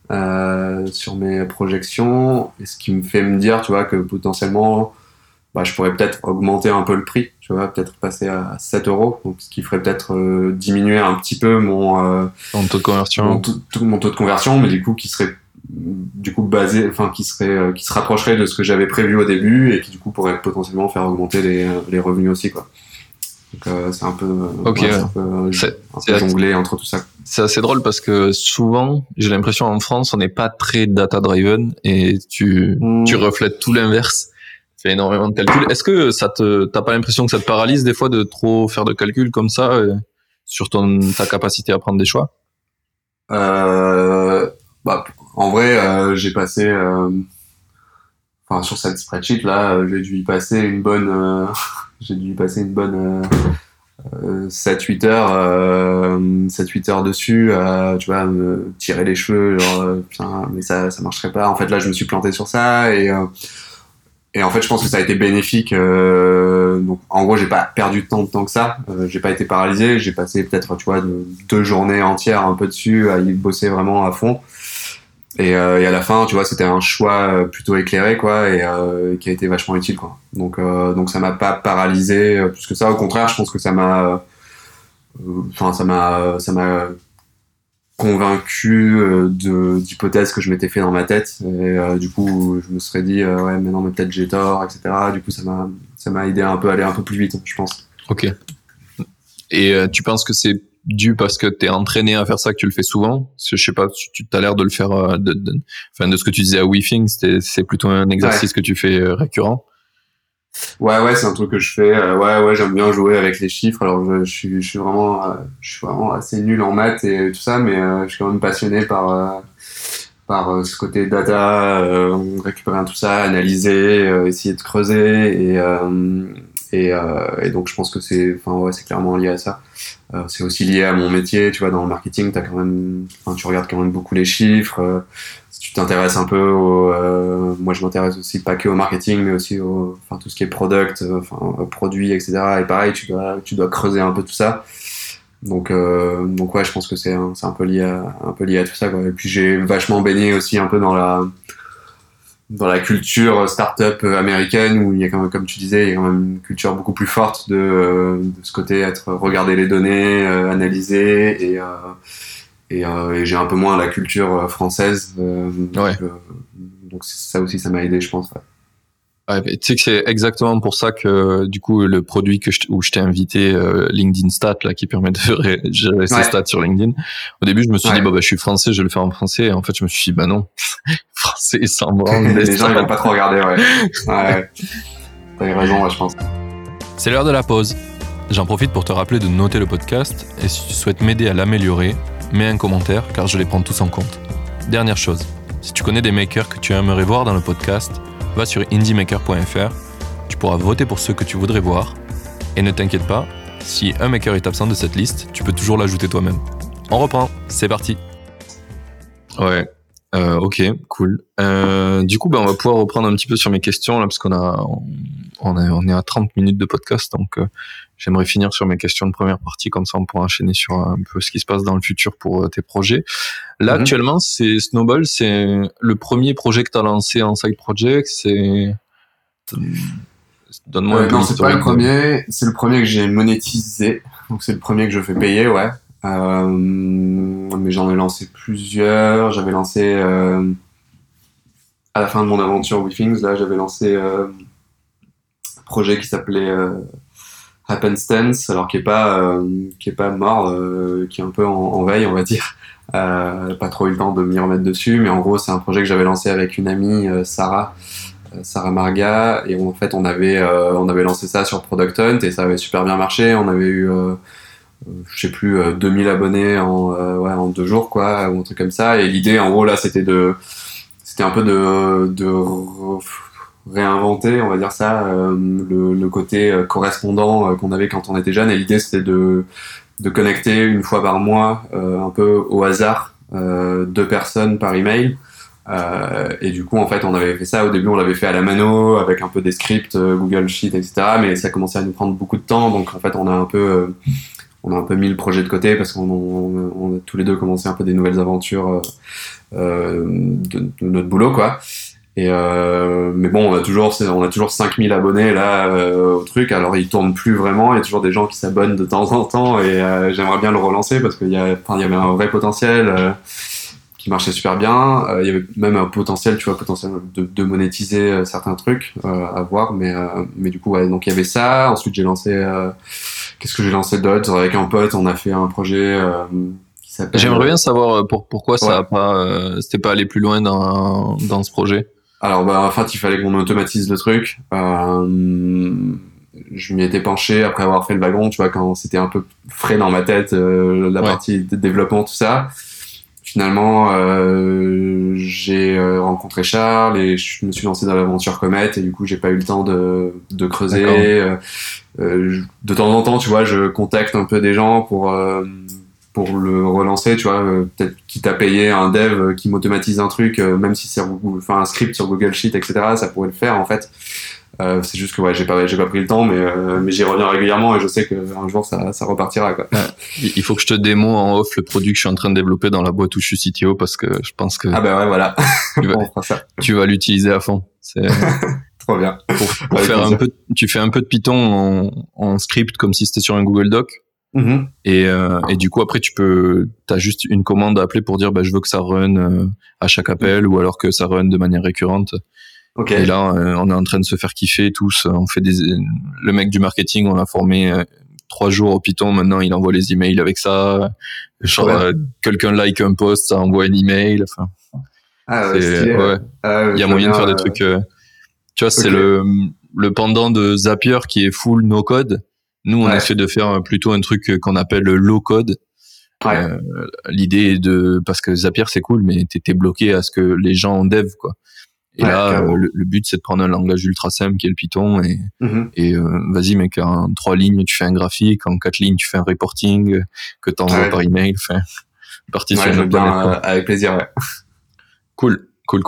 sur mes projections, et ce qui me fait me dire, tu vois, que potentiellement, je pourrais peut-être augmenter un peu le prix, tu vois, peut-être passer à 7 euros, donc ce qui ferait peut-être diminuer un petit peu mon
taux de conversion,
mon taux de conversion, mais du coup qui serait basé, enfin qui se rapprocherait de ce que j'avais prévu au début, et qui du coup pourrait potentiellement faire augmenter les revenus aussi, quoi. Donc c'est un peu, c'est jonglé entre tout ça.
C'est assez drôle parce que souvent, j'ai l'impression en France, on n'est pas très data driven, et tu reflètes tout l'inverse. Fait énormément de calculs. Est-ce que t'as pas l'impression que ça te paralyse des fois de trop faire de calculs comme ça sur ta capacité à prendre des choix?
En vrai, j'ai passé, sur cette spreadsheet là, j'ai dû y passer une bonne, 7-8 heures, 7-8 heures dessus, tu vois, me tirer les cheveux, genre, putain, mais ça marcherait pas. En fait, là, je me suis planté sur ça, et en fait, je pense que ça a été bénéfique. Donc, en gros, j'ai pas perdu tant de temps que ça. J'ai pas été paralysé. J'ai passé peut-être, tu vois, 2 journées entières un peu dessus, à y bosser vraiment à fond. Et à la fin, tu vois, c'était un choix plutôt éclairé, quoi, et qui a été vachement utile, quoi. Donc ça m'a pas paralysé plus que ça. Au contraire, je pense que ça m'a convaincu d'hypothèses que je m'étais fait dans ma tête, et du coup je me serais dit ouais, mais non, mais peut-être j'ai tort, etc. Du coup ça m'a aidé un peu à aller un peu plus vite, je pense.
Ok. Et tu penses que c'est dû parce que t'es entraîné à faire ça, que tu le fais souvent? Parce que je sais pas, tu as l'air de le faire de ce que tu disais à WeThings, c'est plutôt un exercice que tu fais récurrent.
Ouais, c'est un truc que je fais. Ouais, j'aime bien jouer avec les chiffres. Alors je suis vraiment assez nul en maths et tout ça, mais je suis quand même passionné par ce côté data, récupérer tout ça, analyser, essayer de creuser et donc je pense que c'est clairement lié à ça. C'est aussi lié à mon métier, tu vois, dans le marketing, tu regardes quand même beaucoup les chiffres. Si tu t'intéresses un peu moi je m'intéresse aussi pas que au marketing, mais aussi tout ce qui est product, produits, etc. Et pareil, tu dois creuser un peu tout ça. Donc ouais, je pense que c'est un peu lié à tout ça, quoi. Et puis j'ai vachement baigné aussi un peu dans la culture start-up américaine, où il y a quand même, comme tu disais, il y a quand même une culture beaucoup plus forte de ce côté regarder les données, analyser et j'ai un peu moins la culture française. Donc ça aussi, ça m'a aidé, je pense. Ouais.
Ouais, tu sais que c'est exactement pour ça que du coup le produit où je t'ai invité, LinkedIn Stats, là, qui permet de gérer ses stats sur LinkedIn. Au début, je me suis dit je suis français, je vais le faire en français. Et en fait, je me suis dit non, français sans branle.
Les gens ils vont pas trop regarder. Ouais. T'as raison, je pense.
C'est l'heure de la pause. J'en profite pour te rappeler de noter le podcast, et si tu souhaites m'aider à l'améliorer, mets un commentaire car je les prends tous en compte. Dernière chose, si tu connais des makers que tu aimerais voir dans le podcast, va sur indiemaker.fr, tu pourras voter pour ceux que tu voudrais voir. Et ne t'inquiète pas, si un maker est absent de cette liste, tu peux toujours l'ajouter toi-même. On reprend, c'est parti. Ouais, ok, cool. Du coup, on va pouvoir reprendre un petit peu sur mes questions, là, parce on est à 30 minutes de podcast, donc j'aimerais finir sur mes questions de première partie, comme ça on pourra enchaîner sur un peu ce qui se passe dans le futur pour tes projets. Là, actuellement, c'est Snowball, c'est le premier projet que tu as lancé en side project, Donne-moi un peu.
Non, c'est pas le premier, c'est le premier que j'ai monétisé, donc c'est le premier que je fais payer, ouais. Mais j'en ai lancé plusieurs, j'avais lancé à la fin de mon aventure Withings, là, j'avais lancé un projet qui s'appelait Happenstance, alors qui est pas mort, qui est un peu en veille, on va dire. Pas trop eu le temps de m'y remettre dessus, mais en gros c'est un projet que j'avais lancé avec une amie, Sarah Marga, et en fait on avait lancé ça sur Product Hunt et ça avait super bien marché. On avait eu je sais plus 2000 abonnés en 2 jours, quoi, ou un truc comme ça. Et l'idée en gros là c'était un peu de réinventer, on va dire ça, le côté correspondant qu'on avait quand on était jeune. Et l'idée c'était de connecter une fois par mois, un peu au hasard, 2 personnes par email. Et du coup, en fait, on avait fait ça. Au début, on l'avait fait à la mano, avec un peu des scripts, Google Sheet, etc. Mais ça commençait à nous prendre beaucoup de temps. Donc, en fait, on a un peu mis le projet de côté parce qu'on a tous les deux commencé un peu des nouvelles aventures de notre boulot, quoi. Mais bon, on a toujours 5000 abonnés là au truc. Alors il tourne plus vraiment, il y a toujours des gens qui s'abonnent de temps en temps et j'aimerais bien le relancer parce qu'il y avait un vrai potentiel qui marchait super bien. Il y avait même un potentiel, de monétiser certains trucs à voir, mais du coup ouais, donc il y avait ça. Ensuite j'ai lancé qu'est-ce que j'ai lancé d'autre avec un pote, on a fait un projet qui s'appelle...
J'aimerais bien savoir pourquoi ça a pas c'était pas allé plus loin dans ce projet.
Alors en fait il fallait qu'on automatise le truc. Je m'y étais penché après avoir fait le wagon, tu vois, quand c'était un peu frais dans ma tête la partie de développement, tout ça. Finalement j'ai rencontré Charles et je me suis lancé dans l'aventure Comet et du coup j'ai pas eu le temps de creuser. De temps en temps, tu vois, je contacte un peu des gens pour le relancer, tu vois, peut-être quitte à payer un dev qui m'automatise un truc, même si c'est un script sur Google Sheet, etc., ça pourrait le faire en fait. C'est juste que ouais, j'ai pas pris le temps, mais j'y reviens régulièrement et je sais qu'un jour ça repartira, quoi.
Il faut que je te démo en off le produit que je suis en train de développer dans la boîte où je suis CTO parce que je pense que
ouais, voilà.
tu vas l'utiliser à fond. C'est
trop bien.
Pour faire un peu, tu fais un peu de Python en script comme si c'était sur un Google Doc.
Mm-hmm.
Et du coup après t'as juste une commande à appeler pour dire je veux que ça run à chaque appel ou alors que ça run de manière récurrente.
Okay.
Et là on est en train de se faire kiffer tous. On fait le mec du marketing, on l'a formé 3 jours au Python, maintenant il envoie les emails avec ça. Quelqu'un like un post, ça envoie un email. Enfin, il y a moyen de faire des trucs. Tu vois, c'est le pendant de Zapier qui est full no code. Nous, on essaie de faire plutôt un truc qu'on appelle le low code.
Ouais.
L'idée parce que Zapier c'est cool, mais t'es bloqué à ce que les gens en dev, quoi. Et là, le but c'est de prendre un langage ultra simple qui est le Python et vas-y mec, en 3 lignes tu fais un graphique, en 4 lignes tu fais un reporting que t'envoies par email. Enfin, partie sur
je veux
une
bien,
planète,
avec plaisir, ouais.
Cool.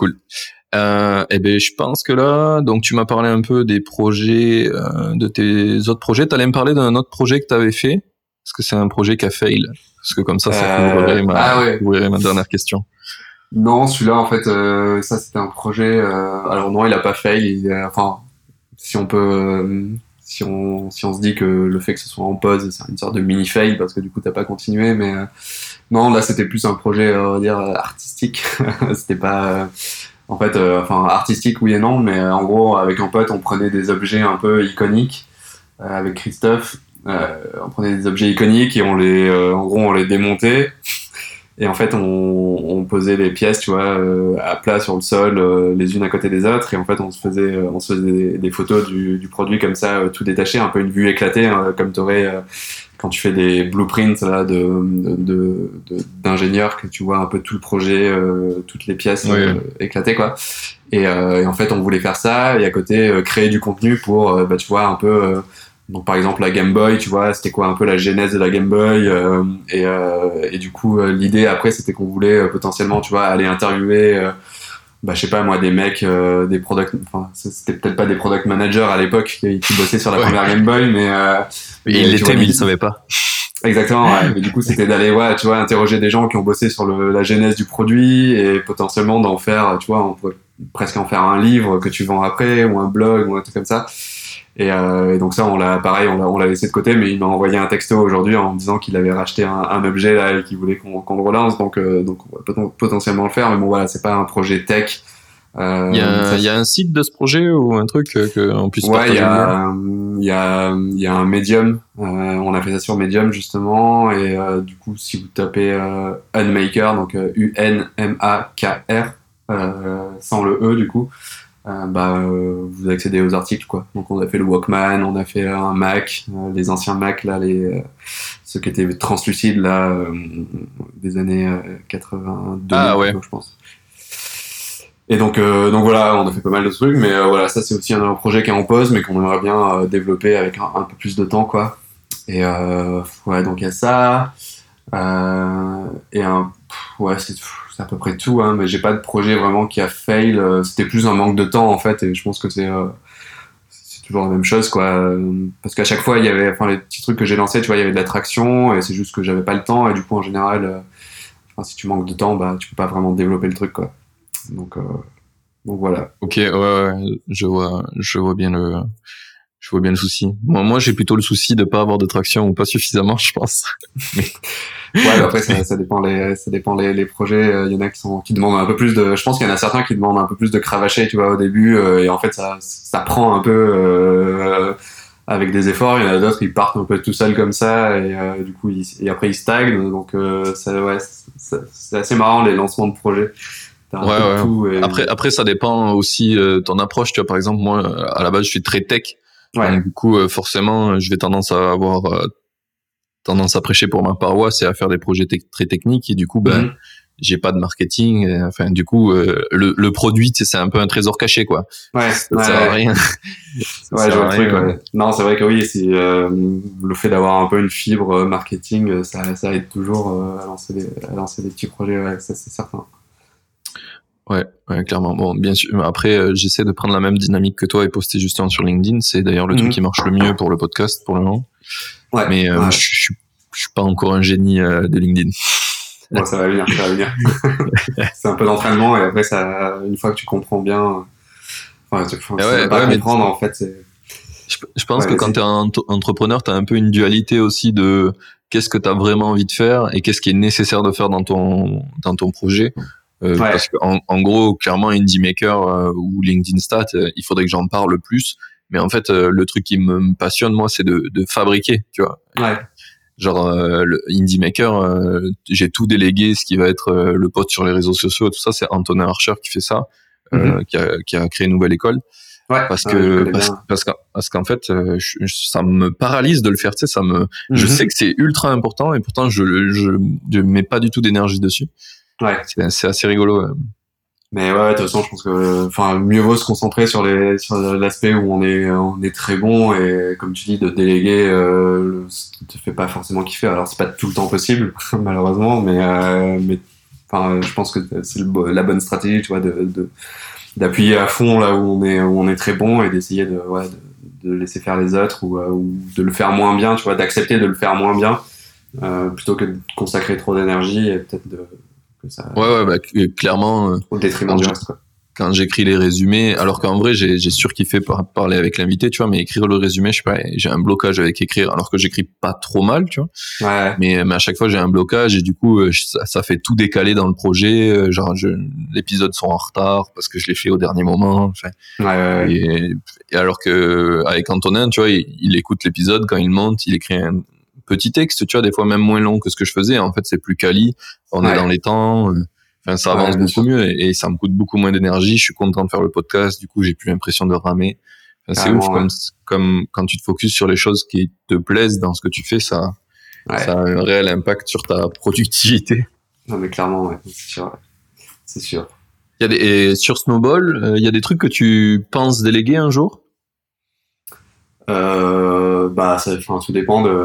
Eh ben, je pense que là, donc tu m'as parlé un peu des projets, de tes autres projets. T'allais me parler d'un autre projet que t'avais fait. Est-ce que c'est un projet qui a fail? Parce que comme ça couvrirait ma dernière question.
Non, celui-là, en fait, ça, c'était un projet, alors non, il a pas fail, enfin, si on peut, si on se dit que le fait que ce soit en pause, c'est une sorte de mini fail parce que du coup t'as pas continué, mais non, là c'était plus un projet, on va dire artistique. C'était pas, en fait, enfin artistique oui et non, mais en gros avec un pote on prenait des objets un peu iconiques avec Christophe, on prenait des objets iconiques et en gros on les démontait. Et en fait, on posait les pièces, tu vois, à plat sur le sol, les unes à côté des autres. Et en fait, on se faisait des photos du produit comme ça, tout détaché, un peu une vue éclatée, hein, comme t'aurais quand tu fais des blueprints là d'ingénieurs, que tu vois un peu tout le projet, toutes les pièces éclatées, quoi. Et en fait, on voulait faire ça et à côté créer du contenu pour, tu vois, un peu. Donc par exemple la Game Boy, tu vois, c'était quoi un peu la genèse de la Game Boy, et du coup l'idée après c'était qu'on voulait potentiellement, tu vois, aller interviewer, je sais pas moi, des mecs, des product, enfin c'était peut-être pas des product managers à l'époque qui bossaient sur la première Game Boy, mais
ils l'étaient mais ils savaient pas.
Exactement, ouais. Mais du coup c'était d'aller, tu vois, interroger des gens qui ont bossé sur la genèse du produit et potentiellement d'en faire, tu vois, on pourrait presque en faire un livre que tu vends après ou un blog ou un truc comme ça. Et donc ça, on l'a laissé de côté, mais il m'a envoyé un texto aujourd'hui en me disant qu'il avait racheté un objet là et qu'il voulait qu'on le relance, donc on va potentiellement le faire, mais bon voilà, c'est pas un projet tech.
Il y a un site de ce projet ou un truc qu'on puisse partager.
Il y a un Medium, on a fait ça sur Medium justement, et du coup si vous tapez Unmaker, donc UNMAKR, sans le E du coup, vous accédez aux articles, quoi. Donc on a fait le Walkman, on a fait un Mac, les anciens Mac là, ceux qui étaient translucides là, des années 82, je pense. Et donc voilà, on a fait pas mal de trucs, mais voilà, ça c'est aussi un projet qui est en pause, mais qu'on aimerait bien développer avec un peu plus de temps, quoi. Et donc il y a ça, et c'est à peu près tout, hein, mais j'ai pas de projet vraiment qui a fail. C'était plus un manque de temps en fait, et je pense que c'est toujours la même chose, quoi. Parce qu'à chaque fois il y avait, les petits trucs que j'ai lancés, tu vois, il y avait de l'attraction, et c'est juste que j'avais pas le temps, et du coup en général, si tu manques de temps, tu peux pas vraiment développer le truc, quoi. Donc voilà.
Ok, je vois bien le souci. Moi, j'ai plutôt le souci de pas avoir de traction ou pas suffisamment, je pense.
Après ça dépend les projets. Il y en a qui demandent un peu plus de. Je pense qu'il y en a certains qui demandent un peu plus de cravacher, tu vois, au début, et en fait ça prend un peu avec des efforts. Il y en a d'autres qui partent un peu tout seuls comme ça, et du coup après ils stagnent. Donc c'est assez marrant les lancements de projets. Tout, et...
Après ça dépend aussi ton approche, tu vois. Par exemple, moi à la base je suis très tech.
Ouais.
Donc, du coup, forcément, je vais tendance à prêcher pour ma paroisse et à faire des projets très techniques. Et du coup, j'ai pas de marketing. Enfin, du coup, le produit, c'est un peu un trésor caché, quoi.
Ouais.
Ça sert à rien.
Je vois le truc, ouais. Non, c'est vrai que oui, le fait d'avoir un peu une fibre marketing, ça aide toujours à lancer des petits projets, ouais, ça c'est certain.
Ouais, clairement. Bon, bien sûr. Après, j'essaie de prendre la même dynamique que toi et poster justement sur LinkedIn. C'est d'ailleurs le truc qui marche le mieux pour le podcast pour le moment.
Ouais.
Mais je suis pas encore un génie de LinkedIn.
Bon, ça va venir. C'est un peu d'entraînement, et après une fois que tu comprends bien, comprendre en fait.
Je pense que quand t'es un entrepreneur, t'as un peu une dualité aussi de qu'est-ce que t'as vraiment envie de faire et qu'est-ce qui est nécessaire de faire dans ton projet. Parce que en gros, clairement, Indie Maker ou LinkedIn Stat, il faudrait que j'en parle plus. Mais en fait, le truc qui me passionne, moi, c'est de fabriquer, tu vois.
Ouais.
Genre, le Indie Maker, j'ai tout délégué, ce qui va être le post sur les réseaux sociaux et tout ça, c'est Antonin Archer qui fait ça, qui a créé une nouvelle école.
Ouais.
Parce
je
que,
connais bien.
parce qu'en fait, ça me paralyse de le faire, tu sais, je sais que c'est ultra important et pourtant je mets pas du tout d'énergie dessus.
Ouais.
C'est assez rigolo.
Mais ouais, de toute façon, je pense que, enfin, mieux vaut se concentrer sur l'aspect où on est très bon et, comme tu dis, de déléguer, ce qui te fait pas forcément kiffer. Alors, c'est pas tout le temps possible, malheureusement, mais, enfin, je pense que c'est la bonne stratégie, tu vois, d'appuyer à fond là où on est très bon et d'essayer de laisser faire les autres ou de le faire moins bien, tu vois, d'accepter de le faire moins bien, plutôt que de consacrer trop d'énergie et peut-être que ça,
Ouais, bah, clairement,
au détriment du reste, quoi.
quand j'écris les résumés, alors qu'en vrai, j'ai surkiffé parler avec l'invité, tu vois, mais écrire le résumé, je sais pas, j'ai un blocage avec écrire, alors que j'écris pas trop mal, tu vois.
Ouais.
Mais à chaque fois, j'ai un blocage et du coup, ça fait tout décaler dans le projet. Genre, l'épisode sont en retard parce que je l'ai fait au dernier moment. Enfin,
Ouais.
et alors que avec Antonin, tu vois, il écoute l'épisode quand il monte, il écrit un petit texte, tu vois, des fois même moins long que ce que je faisais. En fait, c'est plus quali. On est dans les temps. Enfin, ça avance beaucoup mieux et ça me coûte beaucoup moins d'énergie. Je suis content de faire le podcast. Du coup, j'ai plus l'impression de ramer. Enfin, c'est ouf comme quand tu te focuses sur les choses qui te plaisent dans ce que tu fais, ça a un réel impact sur ta productivité.
Non, mais clairement, ouais, c'est sûr. Ouais. C'est sûr.
Et sur Snowball, il y a des trucs que tu penses déléguer un jour?
Bah, tout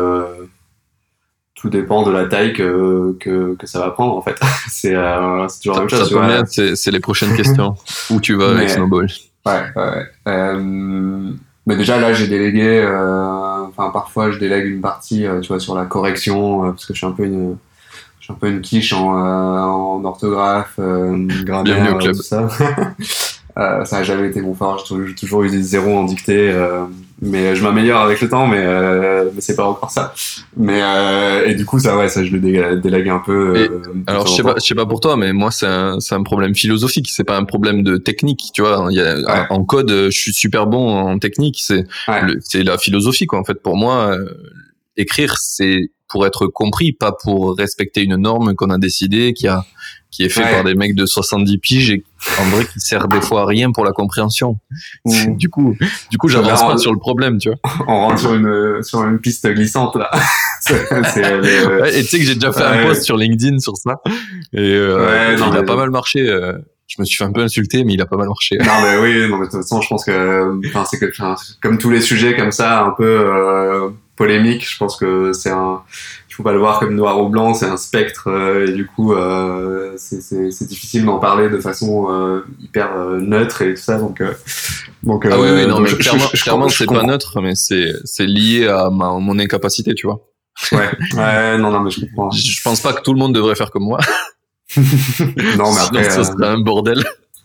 dépend de la taille que ça va prendre, en fait. C'est toujours la même chose.
Ça tombe bien, c'est les prochaines questions. Où tu vas avec Snowball?
Ouais. Mais déjà, là, j'ai délégué, parfois, je délègue une partie, tu vois, sur la correction, parce que je suis un peu une quiche en orthographe, grammaire,
bienvenue au club.
tout ça. Ça a jamais été mon fort. J'ai toujours eu des zéros en dictée, mais je m'améliore avec le temps, mais c'est pas encore ça. Et du coup, ça, je le délègue un peu.
Alors, je sais pas pour toi, mais moi, c'est un problème philosophique. C'est pas un problème de technique, tu vois. En code, je suis super bon en technique. C'est la philosophie, quoi. En fait, pour moi, écrire, c'est pour être compris, pas pour respecter une norme qu'on a décidée, qui est fait par des mecs de 70 piges et en vrai qui sert des fois à rien pour la compréhension. Du coup, j'avance pas sur le problème, tu vois.
On rentre sur une piste glissante là.
Et tu sais que j'ai déjà fait un post sur LinkedIn sur ça et il a pas mal marché. Je me suis fait un peu insulter, mais il a pas mal marché.
Non, mais oui, non, mais de toute façon, je pense que, comme tous les sujets comme ça, un peu polémiques, je pense que il faut pas le voir comme noir ou blanc, c'est un spectre, et du coup, c'est difficile d'en parler de façon hyper neutre et tout ça, donc
ah oui, non, mais clairement, c'est pas neutre, mais c'est lié à mon incapacité, tu vois.
Ouais, non, mais je comprends.
Je pense pas que tout le monde devrait faire comme moi.
Non, mais après,
sinon, ce serait un bordel.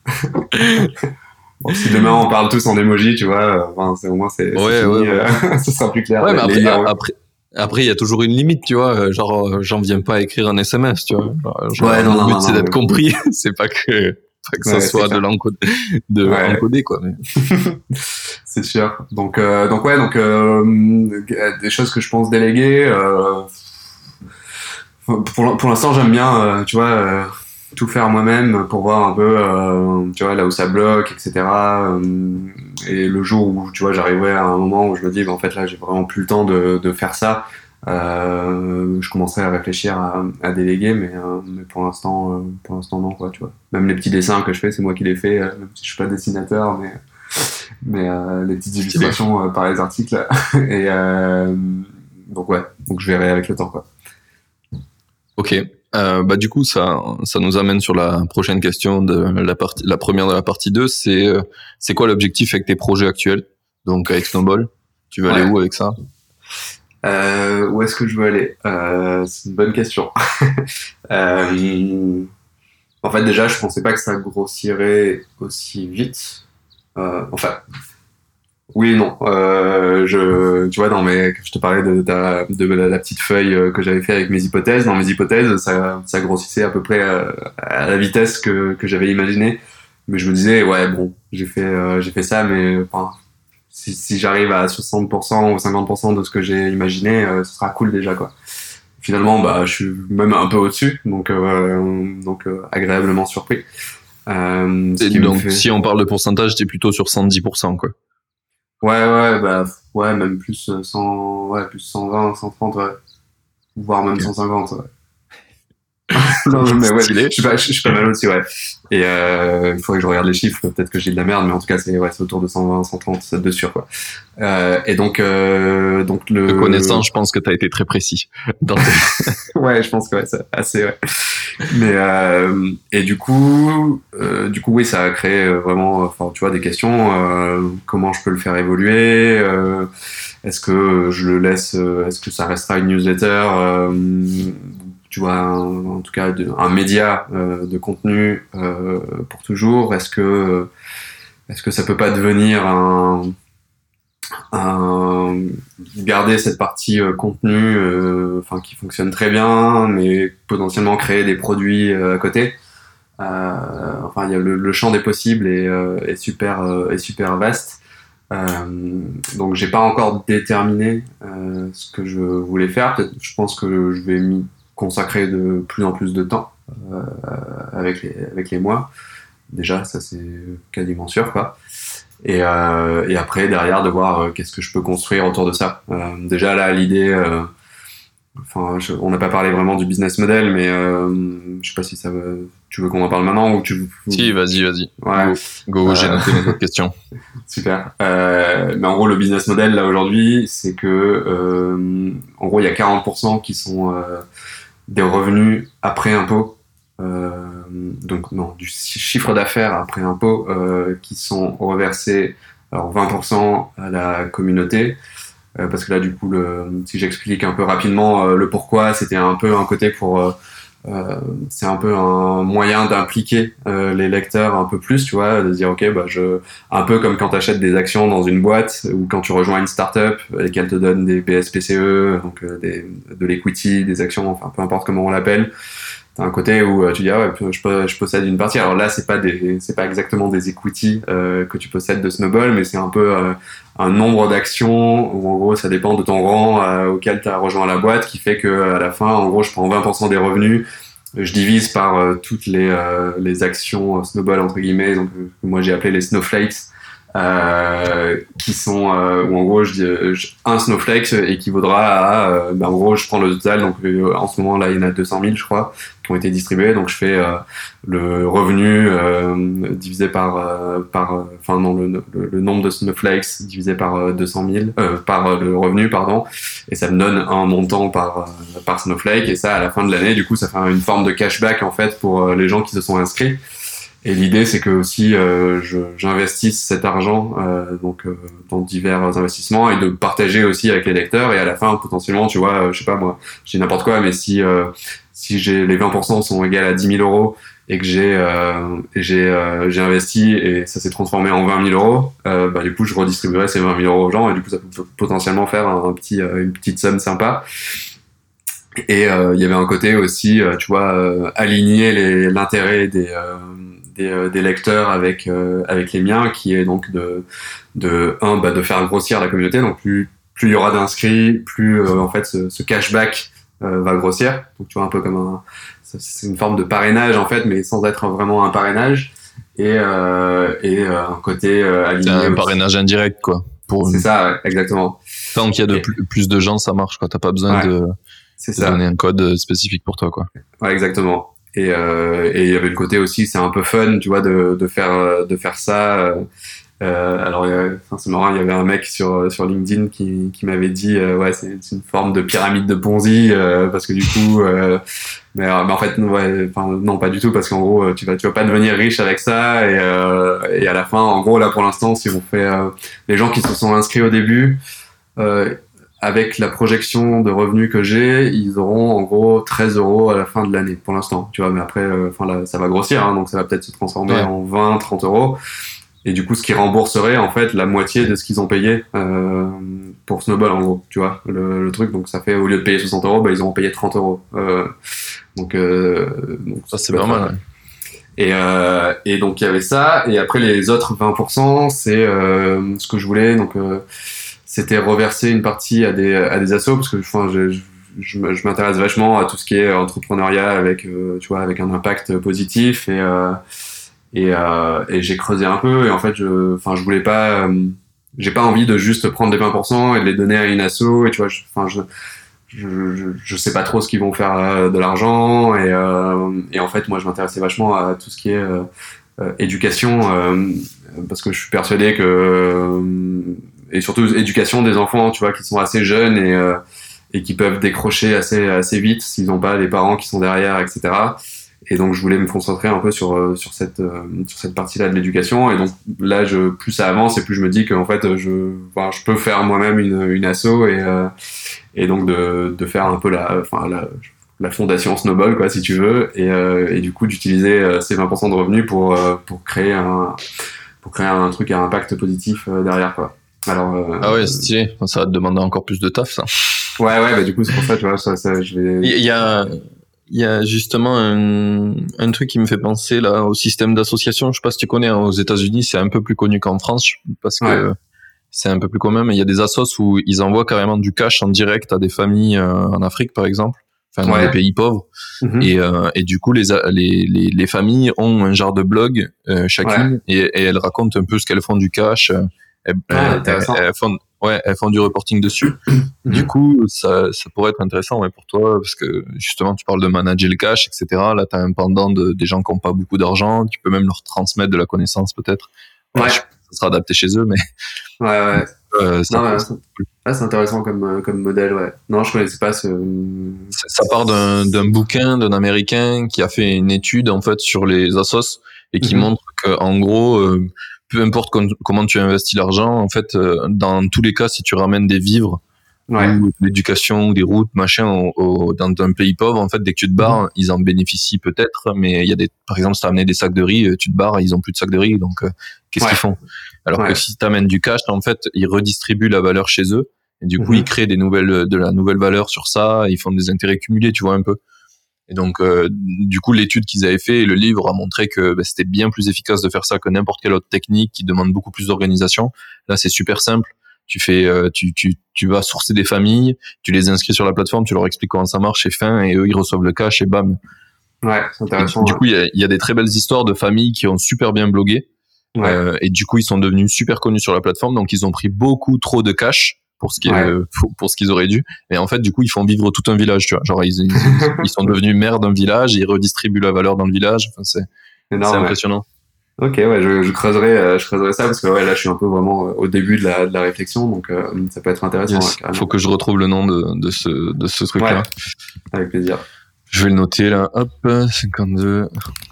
Bon, si demain on parle tous en emoji, tu vois, au moins c'est fini, ce sera plus clair.
Ouais, mais après, il y a toujours une limite, tu vois. Genre, j'en viens pas à écrire un SMS, tu vois. Mon but, c'est d'être compris. C'est pas que ça soit de l'encoder, quoi. Mais...
c'est sûr. Donc, des choses que je pense déléguer, pour l'instant, j'aime bien, tu vois, tout faire moi-même pour voir un peu, tu vois, là où ça bloque, etc. Et le jour où, tu vois, j'arriverai à un moment où je me dis, en fait, là, j'ai vraiment plus le temps de faire ça. Je commencerai à réfléchir à déléguer, mais pour l'instant, non, quoi, tu vois. Même les petits dessins que je fais, c'est moi qui les fais, même si je suis pas dessinateur, mais les petites illustrations par les articles. Et donc je verrai avec le temps, quoi.
Ok. Du coup, ça nous amène sur la prochaine question de la première de la partie 2. C'est quoi l'objectif avec tes projets actuels? Donc, avec Snowball, tu veux aller où avec ça?
Où est-ce que je veux aller? C'est une bonne question. En fait, déjà, je pensais pas que ça grossirait aussi vite. Oui et non. Tu vois, je te parlais de la petite feuille que j'avais fait avec mes hypothèses. Dans mes hypothèses, ça grossissait à peu près à la vitesse que j'avais imaginé. Mais je me disais, ouais, bon, j'ai fait ça, mais si j'arrive à 60% ou 50% de ce que j'ai imaginé, ce sera cool déjà, quoi. Finalement, je suis même un peu au-dessus, donc agréablement surpris. Ce
Et
qui me
donc,
fait...
si on parle de pourcentage, t'es plutôt sur 110%, quoi.
Ouais, même plus 100, ouais, plus 120, 130, ouais. Voire même 150, ouais. Non, mais ouais,
Stylé.
je suis pas mal aussi, ouais. Et il faudrait que je regarde les chiffres, peut-être que j'ai de la merde, mais en tout cas, c'est autour de 120, 130, c'est de sûr, quoi. Et donc
Te connaissant, je pense que t'as été très précis.
ouais, je pense que ouais, c'est assez, ouais. Mais et du coup, oui, ça a créé vraiment, enfin, tu vois, des questions. Comment je peux le faire évoluer est-ce que je le laisse est-ce que ça restera une newsletter tu vois, en tout cas, un média de contenu pour toujours. Est-ce que ça peut pas devenir garder cette partie contenu enfin qui fonctionne très bien mais potentiellement créer des produits à côté enfin il y a le champ des possibles est super vaste donc j'ai pas encore déterminé ce que je voulais faire. Peut-être, je pense que je vais m'y consacrer de plus en plus de temps avec les mois déjà ça c'est quasiment sûr quoi. Et après derrière de voir qu'est-ce que je peux construire autour de ça. Déjà là l'idée, enfin on n'a pas parlé vraiment du business model, mais je sais pas si tu veux qu'on en parle maintenant ou tu.
Si, vas-y.
Ouais.
Go, j'ai noté mes autres questions.
Super. Mais en gros le business model là aujourd'hui c'est que en gros il y a 40% qui sont des revenus après impôt. Donc non, du chiffre d'affaires après impôt qui sont reversés alors 20% à la communauté parce que là du coup si j'explique un peu rapidement le pourquoi, c'était un peu un côté pour c'est un peu un moyen d'impliquer les lecteurs un peu plus, tu vois, de dire ok un peu comme quand tu achètes des actions dans une boîte ou quand tu rejoins une startup et qu'elle te donne des BSPCE, donc de l'equity, des actions, enfin peu importe comment on l'appelle. T'as un côté où tu dis ah ouais je possède une partie. Alors là c'est pas exactement des equity que tu possèdes de Snowball, mais c'est un peu un nombre d'actions où en gros ça dépend de ton rang auquel tu as rejoint la boîte qui fait que à la fin en gros je prends 20% des revenus, je divise par toutes les actions Snowball entre guillemets, donc moi j'ai appelé les snowflakes. Qui sont où en gros un snowflake équivaudra à en gros je prends le total, donc en ce moment là il y en a 200 000 je crois qui ont été distribués, donc je fais le revenu divisé par enfin non le nombre de snowflakes divisé par 200 000 par le revenu pardon, et ça me donne un montant par snowflake, et ça à la fin de l'année du coup ça fait une forme de cashback en fait pour les gens qui se sont inscrits. Et l'idée, c'est que aussi j'investisse cet argent dans divers investissements et de partager aussi avec les lecteurs. Et à la fin, potentiellement, tu vois, je sais pas moi, je dis n'importe quoi, mais si j'ai les 20% sont égales à 10 000 euros et que j'ai investi et ça s'est transformé en 20 000 euros, du coup, je redistribuerai ces 20 000 euros aux gens et du coup, ça peut potentiellement faire une petite somme sympa. Et il y avait un côté aussi, tu vois, aligner l'intérêt des lecteurs avec les miens, qui est donc de faire grossir la communauté. Donc plus il y aura d'inscrits, plus en fait ce cashback va grossir. Donc tu vois un peu comme c'est une forme de parrainage en fait, mais sans être vraiment un parrainage. Et un côté aligné.
C'est un parrainage indirect quoi.
C'est ça, ouais, exactement.
Tant qu'il y a plus de gens, ça marche quoi. T'as pas besoin de donner un code spécifique pour toi quoi.
Ouais, exactement. Et il y avait le côté aussi, c'est un peu fun, tu vois, de faire ça. Alors, c'est marrant, il y avait un mec sur LinkedIn qui m'avait dit, ouais, c'est une forme de pyramide de Ponzi, parce que du coup, mais en fait, ouais, non, pas du tout, parce qu'en gros, tu vas pas devenir riche avec ça, et à la fin, en gros, là, pour l'instant, si on fait les gens qui se sont inscrits au début, avec la projection de revenus que j'ai, ils auront en gros 13 euros à la fin de l'année pour l'instant, tu vois, mais après là, ça va grossir, hein, donc ça va peut-être se transformer en 20, 30 euros, et du coup ce qui rembourserait en fait la moitié de ce qu'ils ont payé pour Snowball en gros, tu vois, le truc, donc ça fait au lieu de payer 60 euros, ils auront payé 30 euros. Donc
ça c'est pas mal.
Ouais. Et donc il y avait ça, et après les autres 20%, c'est ce que je voulais, donc c'était reverser une partie à des assos, parce que je m'intéresse vachement à tout ce qui est entrepreneuriat avec tu vois, avec un impact positif, Et j'ai creusé un peu, et en fait, je voulais pas, j'ai pas envie de juste prendre les 20% et de les donner à une asso, et tu vois, je sais pas trop ce qu'ils vont faire de l'argent, et en fait, moi, je m'intéressais vachement à tout ce qui est éducation, parce que je suis persuadé que, et surtout éducation des enfants, tu vois, qui sont assez jeunes et qui peuvent décrocher assez vite s'ils n'ont pas les parents qui sont derrière, etc. Et donc, je voulais me concentrer un peu sur cette partie-là de l'éducation. Et donc, là, plus ça avance et plus je me dis qu'en fait, je peux faire moi-même une asso, et donc de faire un peu la fondation Snowball, quoi, si tu veux. Et du coup, d'utiliser ces 20% de revenus pour créer un truc à impact positif derrière, quoi. Alors,
Ah ouais, stylé. Ça va te demander encore plus de taf, ça.
Ouais, bah du coup, c'est pour ça, tu vois, je vais...
Il y a justement un truc qui me fait penser là au système d'association. Je sais pas si tu connais, hein, aux États-Unis, c'est un peu plus connu qu'en France parce que c'est un peu plus commun. Mais il y a des assos où ils envoient carrément du cash en direct à des familles en Afrique, par exemple, enfin dans des pays pauvres. Et du coup, les familles ont un genre de blog chacune, et elles racontent un peu ce qu'elles font du cash. Elles font du reporting dessus. Du coup, ça pourrait être intéressant, pour toi, parce que justement, tu parles de manager le cash, etc. Là, tu as un pendant des gens qui n'ont pas beaucoup d'argent. Tu peux même leur transmettre de la connaissance, peut-être. Ça sera adapté chez eux, mais.
C'est intéressant comme modèle, ouais. Non, je connaissais pas ce.
Ça part d'un bouquin d'un Américain qui a fait une étude, en fait, sur les assos et qui montre qu'en gros, peu importe comment tu investis l'argent, en fait, dans tous les cas, si tu ramènes des vivres, ou l'éducation, ou des routes, machin, dans un pays pauvre, en fait, dès que tu te barres, ils en bénéficient peut-être, mais il y a par exemple, si tu as amené des sacs de riz, tu te barres, ils ont plus de sacs de riz, donc qu'est-ce qu'ils font? Alors que si tu amènes du cash, en fait, ils redistribuent la valeur chez eux, et du coup, ils créent de la nouvelle valeur sur ça, ils font des intérêts cumulés, tu vois, un peu. Et donc, du coup, l'étude qu'ils avaient fait et le livre a montré que c'était bien plus efficace de faire ça que n'importe quelle autre technique qui demande beaucoup plus d'organisation. Là, c'est super simple. Tu vas sourcer des familles, tu les inscris sur la plateforme, tu leur expliques comment ça marche, et fin, et eux, ils reçoivent le cash et bam.
Ouais, c'est intéressant.
Du coup, il y a des très belles histoires de familles qui ont super bien blogué. Et du coup, ils sont devenus super connus sur la plateforme, donc ils ont pris beaucoup trop de cash pour ce qu'ils auraient dû. Et en fait, du coup, ils font vivre tout un village, tu vois. Genre, ils sont devenus maires d'un village, et ils redistribuent la valeur dans le village. Enfin, c'est impressionnant.
Ok, je creuserai ça, parce que là, je suis un peu vraiment au début de la réflexion, donc ça peut être intéressant.
Il faut que je retrouve le nom de ce truc-là.
Ouais, avec plaisir.
Je vais le noter là. Hop, 52.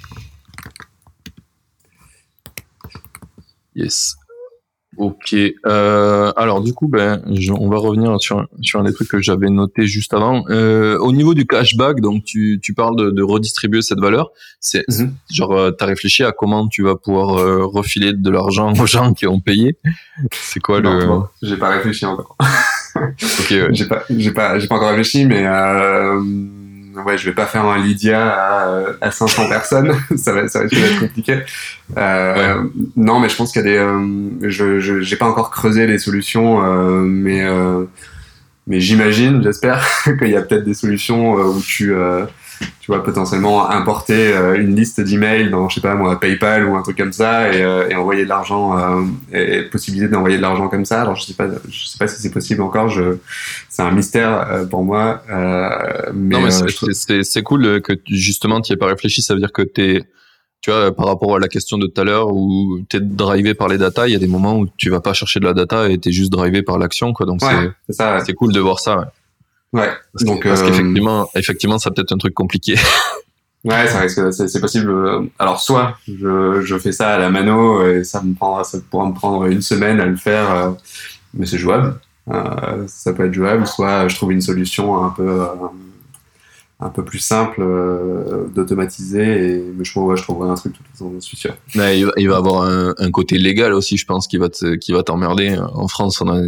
Yes. Ok. Alors du coup, on va revenir sur un des trucs que j'avais noté juste avant. Au niveau du cashback, donc tu parles de redistribuer cette valeur. C'est genre, t'as réfléchi à comment tu vas pouvoir refiler de l'argent aux gens qui ont payé. C'est quoi
Non, j'ai pas réfléchi encore.
Ok. Ouais.
J'ai pas encore réfléchi, mais je vais pas faire un Lydia à 500 personnes. ça va être compliqué. Non, mais je pense qu'il y a j'ai pas encore creusé les solutions, mais j'espère qu'il y a peut-être des solutions où tu vois, potentiellement importer une liste d'emails dans, je sais pas moi, PayPal ou un truc comme ça, et envoyer de l'argent, et possibilité d'envoyer de l'argent comme ça. Alors je sais pas si c'est possible encore. C'est un mystère pour moi.
Non, mais c'est cool que justement tu y aies pas réfléchi. Ça veut dire que tu vois, par rapport à la question de tout à l'heure où t'es drivé par les data, il y a des moments où tu vas pas chercher de la data et t'es juste drivé par l'action, quoi. Donc c'est cool de voir ça.
Ouais.
Parce qu'effectivement, ça peut être un truc compliqué.
Ouais, c'est possible. Alors, soit je fais ça à la mano, et ça pourra me prendre une semaine à le faire, mais c'est jouable. Ça peut être jouable. Soit je trouve une solution un peu plus simple d'automatiser, mais je trouverai un truc, de toute façon, je suis sûr.
Mais il va avoir un côté légal aussi, je pense, qui va t'emmerder. En France, on a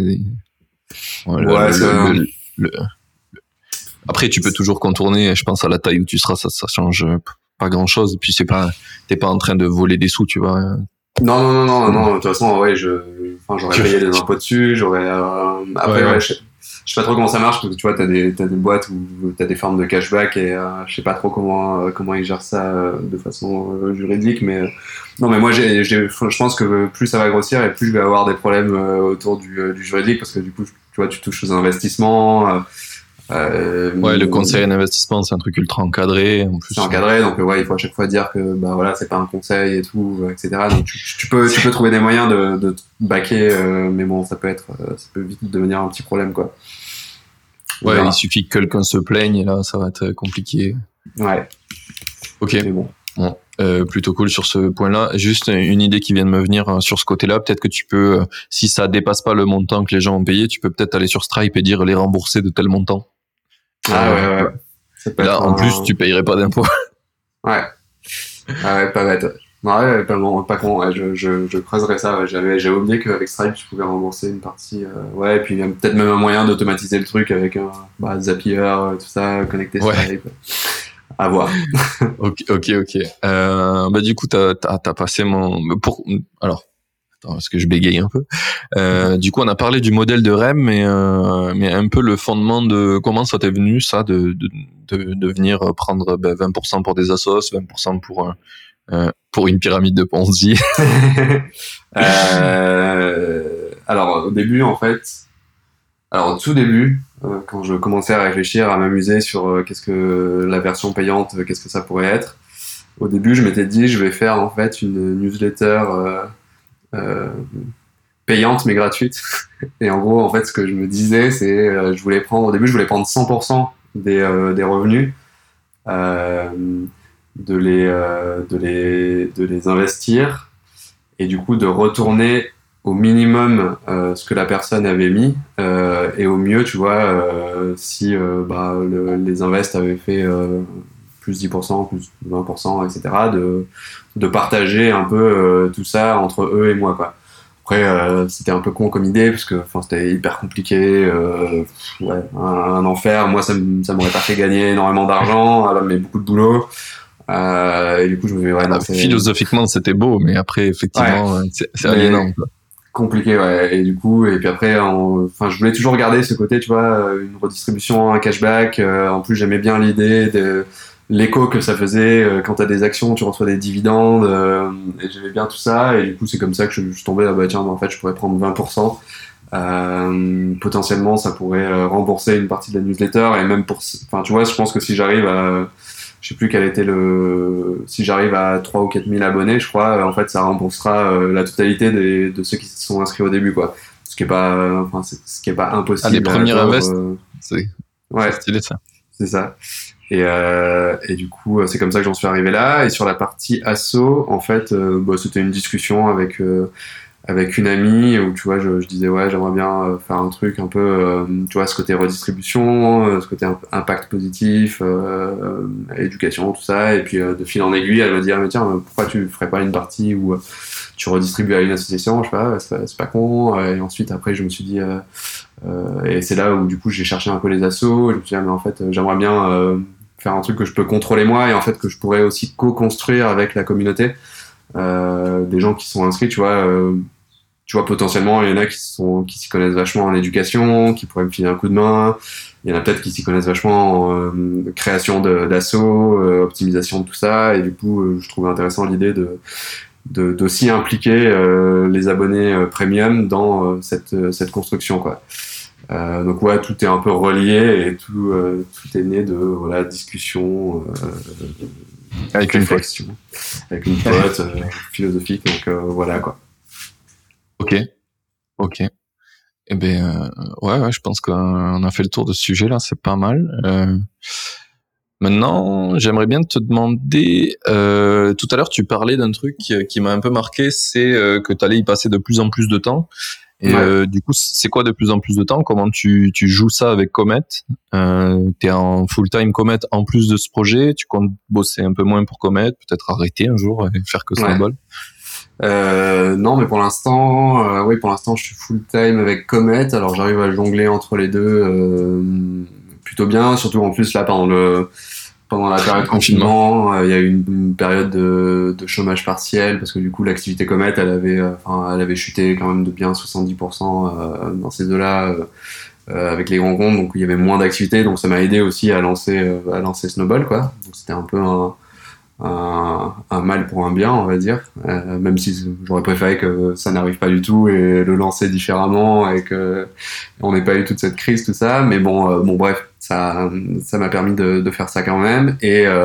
Après, tu peux toujours contourner. Je pense à la taille où tu seras, ça change pas grand chose. Puis t'es pas en train de voler des sous, tu vois.
Non. De toute façon, j'aurais payé des impôts dessus. Après, je sais pas trop comment ça marche parce que tu vois, t'as des boîtes où t'as des formes de cashback et je sais pas trop comment ils gèrent ça de façon juridique, mais non, mais moi je pense que plus ça va grossir et plus je vais avoir des problèmes autour du juridique parce que du coup, tu vois, tu touches aux investissements.
Ouais, le conseil en investissement, c'est un truc ultra encadré. En plus,
c'est encadré, donc ouais, il faut à chaque fois dire que bah voilà, c'est pas un conseil et tout, etc. Donc tu peux trouver des moyens de te baquer, mais bon, ça peut vite devenir un petit problème, quoi.
Ouais,
Voilà.
il suffit que quelqu'un se plaigne et là, ça va être compliqué.
Ouais.
Ok.
Mais bon.
Bon, plutôt cool sur ce point-là. Juste une idée qui vient de me venir sur ce côté-là. Peut-être que tu peux, si ça dépasse pas le montant que les gens ont payé, tu peux peut-être aller sur Stripe et dire les rembourser de tel montant.
Ah ouais. Ça peut
Là,
être
en plus, tu payerais pas d'impôts.
Ouais. Ah ouais, pas bête. Non, ouais, pas con. Ouais, je creuserais ça. Ouais. J'avais oublié qu'avec Stripe, tu pouvais rembourser une partie. Ouais, et puis peut-être même un moyen d'automatiser le truc avec un Zapier, tout ça, connecté Stripe. À voir.
Ok. Bah du coup, t'as passé alors, attends, parce que je bégaye un peu. Du coup, on a parlé du modèle de REM, mais un peu le fondement de comment ça t'est venu, ça, de venir prendre 20% pour des assos, 20% pour une pyramide de Ponzi.
Alors, au tout début, quand je commençais à réfléchir, à m'amuser sur qu'est-ce que la version payante, qu'est-ce que ça pourrait être, au début, je m'étais dit, je vais faire en fait une newsletter payante mais gratuite. Et en gros, en fait, ce que je me disais, c'est, au début, je voulais prendre 100% des revenus, de les investir et du coup de retourner au minimum ce que la personne avait mis et au mieux, tu vois, si les invests avaient fait plus 10%, plus 20%, etc., de partager un peu tout ça entre eux et moi, quoi. Après, c'était un peu con comme idée, parce que c'était hyper compliqué, ouais, un enfer. Moi, ça m'aurait pas fait gagner énormément d'argent, mais beaucoup de boulot. Et du coup, je me disais, ouais, non,
philosophiquement, c'était beau, mais après, effectivement, ouais, c'est aliénant, quoi.
Compliqué, ouais. Et du coup, et puis après, je voulais toujours garder ce côté, tu vois, une redistribution, un cashback. En plus, j'aimais bien l'idée de l'écho que ça faisait quand t'as des actions, tu reçois des dividendes. Et j'aimais bien tout ça. Et du coup, c'est comme ça que je suis tombé, tiens, en fait, je pourrais prendre 20%. Potentiellement, ça pourrait rembourser une partie de la newsletter. Et même tu vois, je pense que si j'arrive à, je sais plus quel était si j'arrive à 3 ou 4 000 abonnés, je crois, en fait, ça remboursera la totalité de ceux qui se sont inscrits au début, quoi. Ce qui est pas impossible.
Les premiers invests, c'est stylé, ça.
C'est ça. Et du coup, c'est comme ça que j'en suis arrivé là. Et sur la partie asso, en fait, c'était une discussion avec une amie où, tu vois, je disais, ouais, j'aimerais bien faire un truc un peu, tu vois, ce côté redistribution, ce côté impact positif, éducation, tout ça. Et puis, de fil en aiguille, elle m'a dit, ah, mais tiens, pourquoi tu ferais pas une partie où tu redistribues à une association? Je sais pas, c'est pas con. Et ensuite, après, je me suis dit, et c'est là où, du coup, j'ai cherché un peu les assos. Je me suis dit, ah, mais en fait, j'aimerais bien faire un truc que je peux contrôler moi et en fait, que je pourrais aussi co-construire avec la communauté. Des gens qui sont inscrits, tu vois, potentiellement, il y en a qui s'y connaissent vachement en éducation, qui pourraient me filer un coup de main. Il y en a peut-être qui s'y connaissent vachement en création d'assos, optimisation de tout ça. Et du coup, je trouvais intéressant l'idée d'aussi impliquer les abonnés premium dans cette construction, quoi. Donc ouais, tout est un peu relié et tout est né de de discussion,
avec
réflexion, avec une pote philosophique. Donc voilà, quoi.
Ok. Eh ben ouais, je pense qu'on a fait le tour de ce sujet-là, c'est pas mal. Maintenant, j'aimerais bien te demander, tout à l'heure tu parlais d'un truc qui m'a un peu marqué, c'est que tu allais y passer de plus en plus de temps. Et
ouais.
du coup, c'est quoi de plus en plus de temps? Comment tu joues ça avec Comet? T'es en full-time Comet en plus de ce projet? Tu comptes bosser un peu moins pour Comet? Peut-être arrêter un jour et faire que Snowball?
Non, mais pour l'instant, je suis full-time avec Comet. Alors j'arrive à jongler entre les deux plutôt bien. Surtout en plus là pendant la période de confinement, il y a eu une période de chômage partiel parce que du coup l'activité Comet, elle avait chuté quand même de bien 70% dans ces deux-là avec les grands comptes, donc il y avait moins d'activités, donc ça m'a aidé aussi à lancer Snowball, quoi. Donc c'était un peu un mal pour un bien, on va dire, même si j'aurais préféré que ça n'arrive pas du tout et le lancer différemment et que on n'ait pas eu toute cette crise, tout ça. Mais bon, bref, ça m'a permis de faire ça quand même.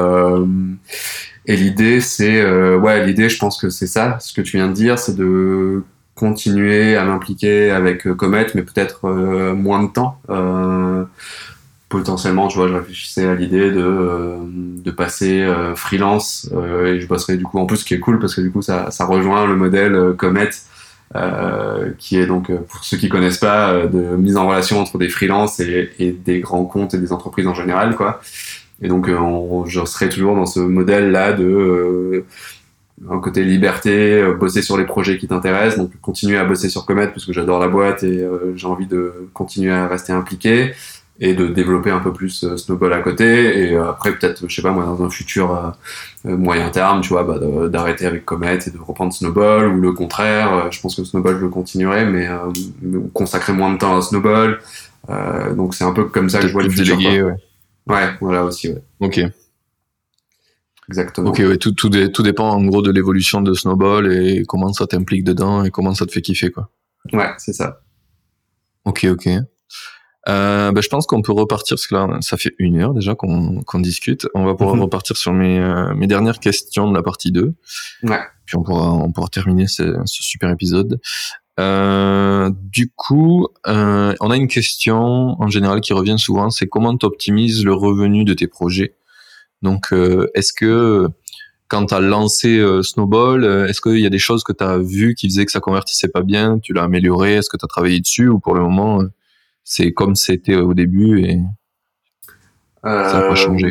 Et l'idée, l'idée, je pense que c'est ça, ce que tu viens de dire, c'est de continuer à m'impliquer avec Comet, mais peut-être moins de temps. Potentiellement, tu vois, je réfléchissais à l'idée de passer freelance et je bosserais du coup, en plus, ce qui est cool parce que du coup ça rejoint le modèle Comet, qui est donc, pour ceux qui connaissent pas, de mise en relation entre des freelances et des grands comptes et des entreprises en général, quoi. Et donc je serais toujours dans ce modèle là de un côté liberté, bosser sur les projets qui t'intéressent, donc continuer à bosser sur Comet parce que j'adore la boîte et j'ai envie de continuer à rester impliqué et de développer un peu plus Snowball à côté, et après peut-être, je sais pas moi, dans un futur moyen terme, tu vois, d'arrêter avec Comet et de reprendre Snowball, ou le contraire, je pense que Snowball je le continuerai, mais consacrer moins de temps à Snowball, donc c'est un peu comme ça que je vois le futur.
Délégué, ouais.
Ouais, voilà aussi, ouais.
Ok.
Exactement.
Ok, ouais, tout dépend en gros de l'évolution de Snowball et comment ça t'implique dedans et comment ça te fait kiffer, quoi.
Ouais, c'est ça.
Ok. Je pense qu'on peut repartir, parce que là, ça fait 1 heure déjà qu'on discute. On va pouvoir repartir sur mes dernières questions de la partie 2.
Ouais.
Puis on pourra terminer ce super épisode. Du coup, on a une question en général qui revient souvent, c'est comment t'optimises le revenu de tes projets. Donc, est-ce que quand t'as lancé Snowball, est-ce qu'il y a des choses que t'as vues qui faisaient que ça convertissait pas bien, tu l'as amélioré, est-ce que t'as travaillé dessus, ou pour le moment c'est comme c'était au début et ça n'a pas changé?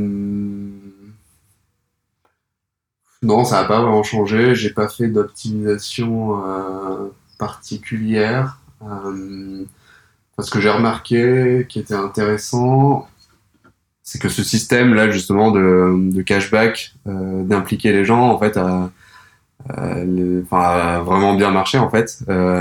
Non, ça n'a pas vraiment changé. J'ai pas fait d'optimisation particulière. Ce que j'ai remarqué qui était intéressant, c'est que ce système-là, justement, de cashback, d'impliquer les gens, en fait, a vraiment bien marché, en fait.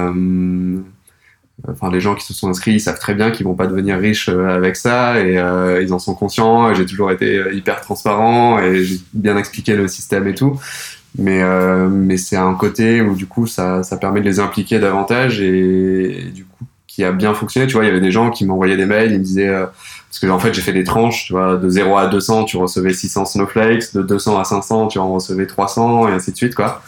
Les gens qui se sont inscrits, ils savent très bien qu'ils vont pas devenir riches avec ça, et ils en sont conscients. J'ai toujours été hyper transparent et j'ai bien expliqué le système et tout. Mais c'est un côté où du coup ça permet de les impliquer davantage, et du coup qui a bien fonctionné. Tu vois, il y avait des gens qui m'envoyaient des mails, ils me disaient parce que en fait j'ai fait des tranches, tu vois, de 0 à 200 tu recevais 600 snowflakes, de 200 à 500 tu en recevais 300 et ainsi de suite, quoi.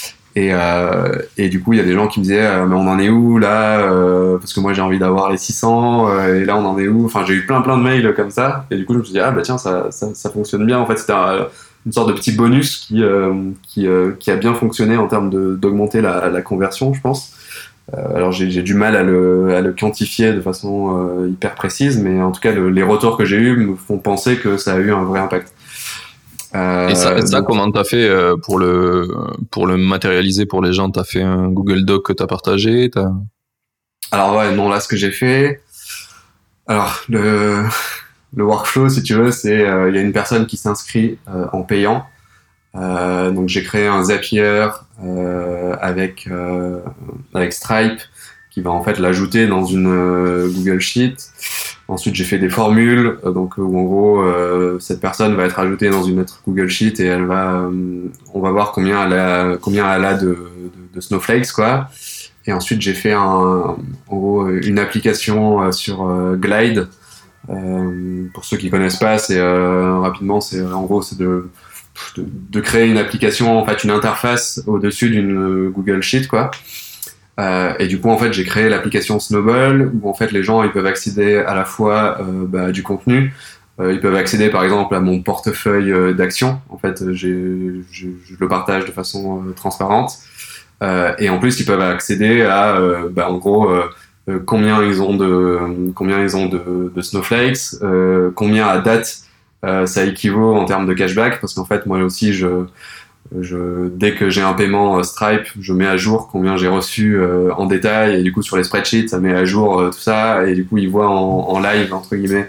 Et du coup, il y a des gens qui me disaient mais on en est où là, parce que moi j'ai envie d'avoir les 600 et là on en est où. Enfin, j'ai eu plein de mails comme ça, et du coup je me suis dit tiens, ça fonctionne bien. En fait, c'était une sorte de petit bonus qui a bien fonctionné en termes d'augmenter la conversion, je pense. Alors j'ai du mal à le quantifier de façon hyper précise, mais en tout cas les retours que j'ai eus me font penser que ça a eu un vrai impact.
Et ça, comment t'as fait pour le matérialiser pour les gens? T'as fait un Google Doc que t'as partagé?
Alors ouais, non, là ce que j'ai fait, alors le workflow, si tu veux, c'est il y a une personne qui s'inscrit en payant. Donc j'ai créé un Zapier avec Stripe qui va en fait l'ajouter dans une Google Sheet. Ensuite, j'ai fait des formules, donc où en gros cette personne va être ajoutée dans une autre Google Sheet et on va voir combien elle a de snowflakes, quoi. Et ensuite, j'ai fait en gros une application sur Glide. Pour ceux qui connaissent pas, c'est rapidement, c'est en gros c'est de créer une application, en fait une interface au-dessus d'une Google Sheet, quoi. Et du coup, en fait, j'ai créé l'application Snowball où en fait les gens ils peuvent accéder à la fois du contenu, ils peuvent accéder par exemple à mon portefeuille d'actions. En fait, je le partage de façon transparente, et en plus ils peuvent accéder à en gros combien ils ont de snowflakes, combien à date ça équivaut en termes de cashback, parce qu'en fait moi aussi dès que j'ai un paiement Stripe, je mets à jour combien j'ai reçu en détail, et du coup sur les spreadsheets ça met à jour tout ça, et du coup ils voient en live entre guillemets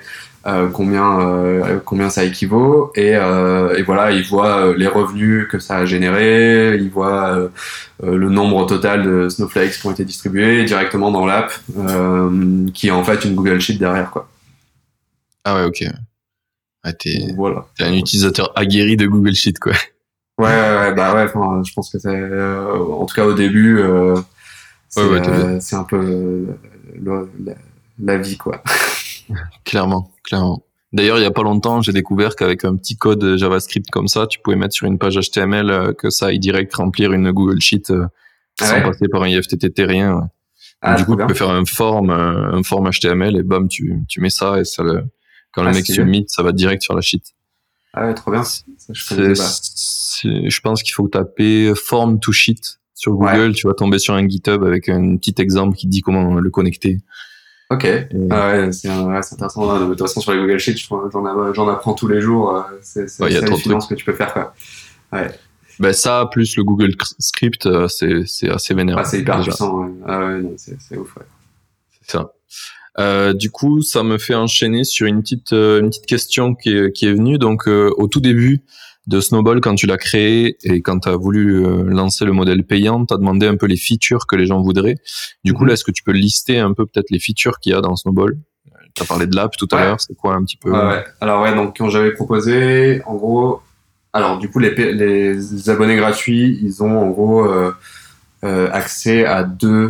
combien ça équivaut, et voilà, ils voient les revenus que ça a généré, ils voient le nombre total de snowflakes qui ont été distribués directement dans l'app, qui est en fait une Google Sheet derrière, quoi.
Ah ouais, ok. Ah,
Voilà.
T'es un utilisateur aguerri de Google Sheet, quoi.
Bah ouais, enfin, je pense que c'est, en tout cas au début, c'est un peu la vie, quoi.
Clairement. D'ailleurs, il y a pas longtemps, j'ai découvert qu'avec un petit code JavaScript comme ça, tu pouvais mettre sur une page HTML que ça aille direct remplir une Google Sheet sans passer par un IFTTT, rien. Ouais. Donc, du coup, tu peux faire un form HTML et bam, tu mets ça et ça quand le mec submit, ça va direct sur la sheet.
Ah ouais, trop bien. Ça,
je pense qu'il faut taper form to sheet sur Google. Tu vas tomber sur un GitHub avec un petit exemple qui dit comment le connecter.
Ok. C'est intéressant. De toute façon, sur les Google Sheets, j'en apprends tous les jours. C'est hallucinant ce que tu peux faire, quoi. Ouais.
Ben ça, plus le Google Script, c'est assez vénère.
C'est hyper puissant. Ouais. Ah ouais, non, c'est ouf. Ouais.
C'est ça. Du coup, ça me fait enchaîner sur une petite question qui est venue. Donc, au tout début de Snowball, quand tu l'as créé et quand tu as voulu lancer le modèle payant, tu as demandé un peu les features que les gens voudraient. Du coup, là, est-ce que tu peux lister un peu peut-être les features qu'il y a dans Snowball? Tu as parlé de l'app tout à l'heure, c'est quoi un petit peu?
Alors donc quand j'avais proposé, en gros, alors du coup les abonnés gratuits, ils ont en gros accès à deux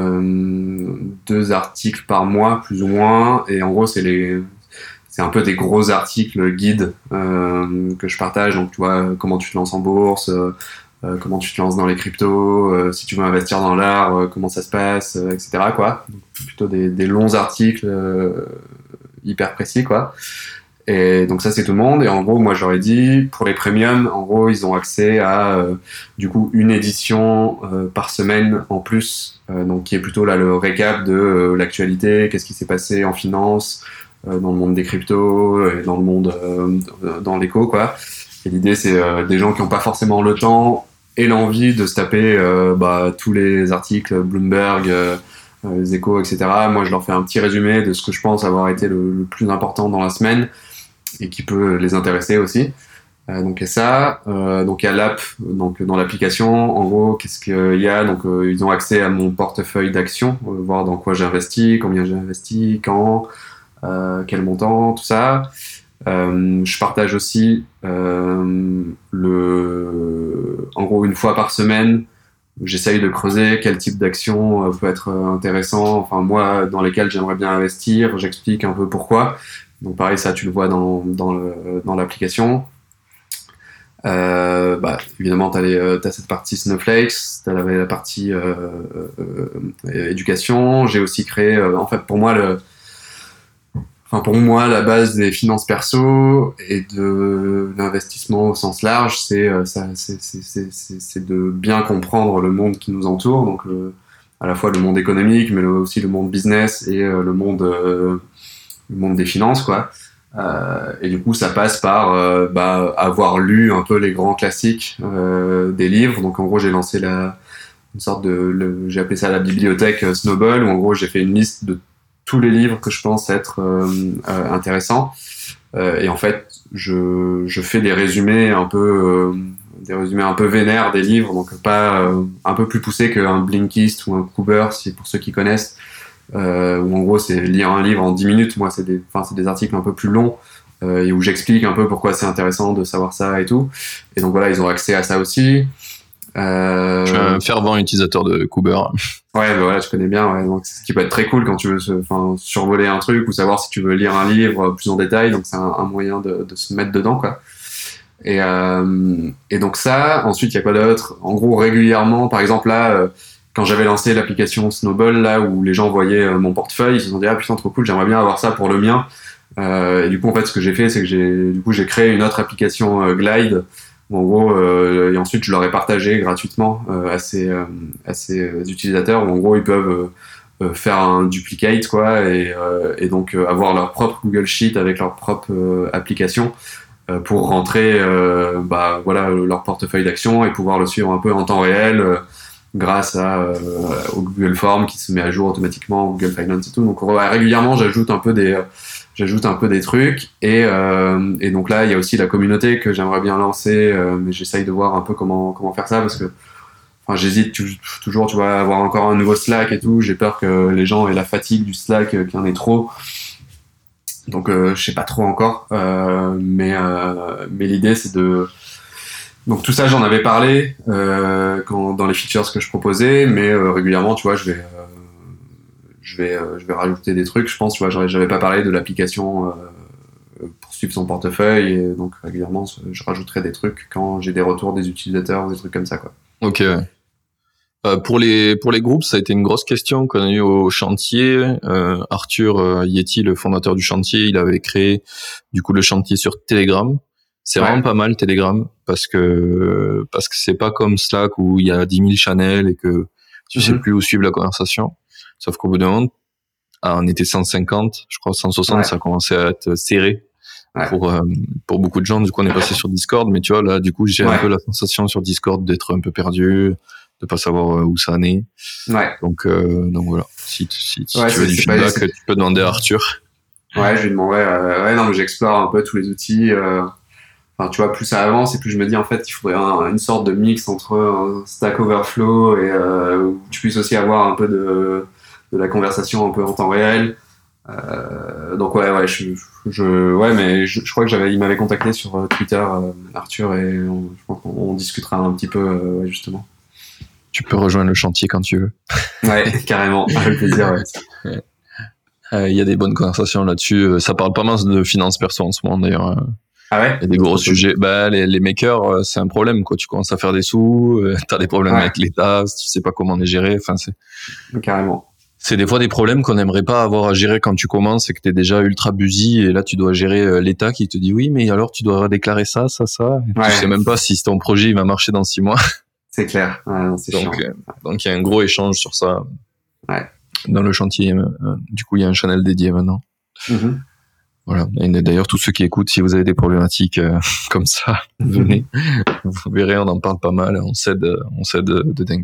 articles par mois plus ou moins, et en gros c'est un peu des gros articles guides que je partage. Donc tu vois comment tu te lances en bourse, comment tu te lances dans les cryptos, si tu veux investir dans l'art, comment ça se passe, etc. quoi. Donc, plutôt des longs articles hyper précis, quoi. Et donc ça c'est tout le monde. Et en gros moi j'aurais dit pour les premiums, en gros ils ont accès à du coup une édition par semaine en plus, donc qui est plutôt là le récap de l'actualité, qu'est-ce qui s'est passé en finance, dans le monde des cryptos et dans le monde dans l'éco, quoi. Et l'idée c'est des gens qui n'ont pas forcément le temps et l'envie de se taper tous les articles Bloomberg, les échos, etc. Moi je leur fais un petit résumé de ce que je pense avoir été le plus important dans la semaine et qui peut les intéresser aussi. Donc il y a ça, donc il y a l'app, donc dans l'application, en gros, qu'est-ce qu'il y a? Donc ils ont accès à mon portefeuille d'actions, voir dans quoi j'ai investi, combien j'ai investi, quand, quel montant, tout ça. Je partage aussi en gros une fois par semaine, j'essaye de creuser quel type d'action peut être intéressant, enfin moi dans lesquelles j'aimerais bien investir, j'explique un peu pourquoi. Donc pareil, ça tu le vois dans l'application. Évidemment t'as cette partie Snowflakes, t'as la partie éducation. J'ai aussi créé en fait pour moi la base des finances perso et de l'investissement au sens large, c'est de bien comprendre le monde qui nous entoure, donc à la fois le monde économique mais aussi le monde business et le monde des finances, quoi. Et du coup ça passe par avoir lu un peu les grands classiques des livres. Donc en gros j'ai lancé une sorte j'ai appelé ça la bibliothèque Snowball, où en gros j'ai fait une liste de tous les livres que je pense être intéressants, et en fait je fais des résumés un peu vénères des livres, donc pas un peu plus poussé qu'un Blinkist ou un Cooper, pour ceux qui connaissent, où en gros c'est lire un livre en 10 minutes. Moi c'est des articles un peu plus longs et où j'explique un peu pourquoi c'est intéressant de savoir ça et tout. Et donc voilà, ils ont accès à ça aussi.
Je suis un fervent utilisateur de Cooper.
Ouais, voilà, je connais bien. Ouais. Donc, ce qui peut être très cool quand tu veux survoler un truc ou savoir si tu veux lire un livre plus en détail. Donc, c'est un moyen de se mettre dedans, quoi. Et donc ça, ensuite, il y a quoi d'autre? En gros, régulièrement, par exemple, là, quand j'avais lancé l'application Snowball, là, où les gens voyaient mon portefeuille, ils se sont dit, ah putain, trop cool, j'aimerais bien avoir ça pour le mien. Et du coup, en fait, ce que j'ai fait, c'est que j'ai créé une autre application Glide, en gros, et ensuite je leur ai partagé gratuitement à ces utilisateurs, où en gros ils peuvent faire un duplicate, quoi, et donc avoir leur propre Google Sheet avec leur propre application pour rentrer leur portefeuille d'actions et pouvoir le suivre un peu en temps réel grâce au Google Form qui se met à jour automatiquement, Google Finance et tout. Donc régulièrement j'ajoute un peu des trucs, et donc là il y a aussi la communauté que j'aimerais bien lancer, mais j'essaye de voir un peu comment faire ça, parce que j'hésite toujours, tu vois, à avoir encore un nouveau Slack et tout. J'ai peur que les gens aient la fatigue du Slack, qu'il y en ait trop. Donc, je sais pas trop encore. Mais l'idée, c'est de... Donc, tout ça, j'en avais parlé dans les features que je proposais. Mais régulièrement, tu vois, je vais rajouter des trucs. Je pense, tu vois, j'avais pas parlé de l'application pour suivre son portefeuille. Et donc, régulièrement, je rajouterai des trucs quand j'ai des retours des utilisateurs, des trucs comme ça, quoi.
Ok. Pour les groupes, ça a été une grosse question qu'on a eu au chantier. Arthur Yeti, le fondateur du chantier, il avait créé du coup le chantier sur Telegram. C'est vraiment pas mal Telegram parce que c'est pas comme Slack où il y a 10 000 channels et que tu sais plus où suivre la conversation. Sauf qu'au bout d'un moment, on était 150, je crois 160, ça a commencé à être serré pour beaucoup de gens. Du coup, on est passé sur Discord, mais tu vois là, du coup, j'ai un peu la sensation sur Discord d'être un peu perdu, de pas savoir où ça en est. Donc voilà. Si tu veux du feedback, tu peux demander à Arthur.
Ouais, je lui demanderai. Non, mais j'explore un peu tous les outils. Enfin, tu vois, plus ça avance et plus je me dis en fait, il faudrait une sorte de mix entre un Stack Overflow et où tu puisses aussi avoir un peu de la conversation un peu en temps réel. Donc ouais, mais je crois que il m'avait contacté sur Twitter, Arthur, et je pense qu'on discutera un petit peu, justement.
Tu peux rejoindre le chantier quand tu veux.
Ouais, carrément, avec plaisir. Ouais.
Il y a des bonnes conversations là-dessus. Ça parle pas mal de finances perso en ce moment d'ailleurs.
Ah ouais?
Il y a des gros sujets. Les makers, c'est un problème, quoi. Tu commences à faire des sous, t'as des problèmes avec l'État, tu sais pas comment les gérer. Enfin,
carrément.
C'est des fois des problèmes qu'on n'aimerait pas avoir à gérer quand tu commences et que t'es déjà ultra busy et là tu dois gérer l'État qui te dit oui, mais alors tu dois déclarer ça. Tu sais même pas si ton projet il va marcher dans 6 mois.
C'est clair. C'est chiant.
Donc il y a un gros échange sur ça.
Ouais.
Dans le chantier. Du coup, il y a un channel dédié maintenant. Voilà. Et d'ailleurs, tous ceux qui écoutent, si vous avez des problématiques comme ça, venez. Vous verrez, on en parle pas mal. On s'aide de dingue.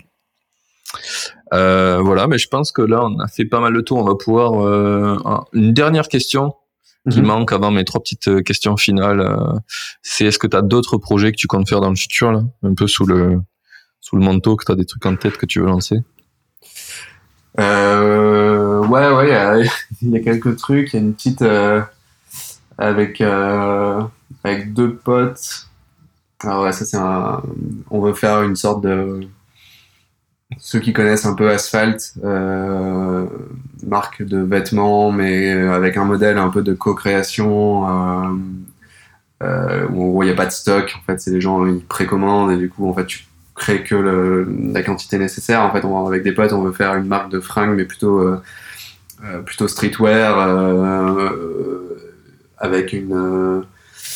Voilà, mais je pense que là, on a fait pas mal de tour. On va pouvoir... une dernière question qui manque avant mes 3 petites questions finales. C'est est-ce que tu as d'autres projets que tu comptes faire dans le futur, là, un peu sous le manteau, que tu as des trucs en tête que tu veux lancer?
Ouais, il y a quelques trucs. Il y a une petite... avec 2 potes. Alors ouais, ça c'est on veut faire une sorte de... Ceux qui connaissent un peu Asphalt, marque de vêtements, mais avec un modèle un peu de co-création, où en gros il n'y a pas de stock. En fait, c'est les gens, ils précommandent et du coup en fait tu crées que la quantité nécessaire. En fait, avec des potes, on veut faire une marque de fringues, mais plutôt streetwear, avec une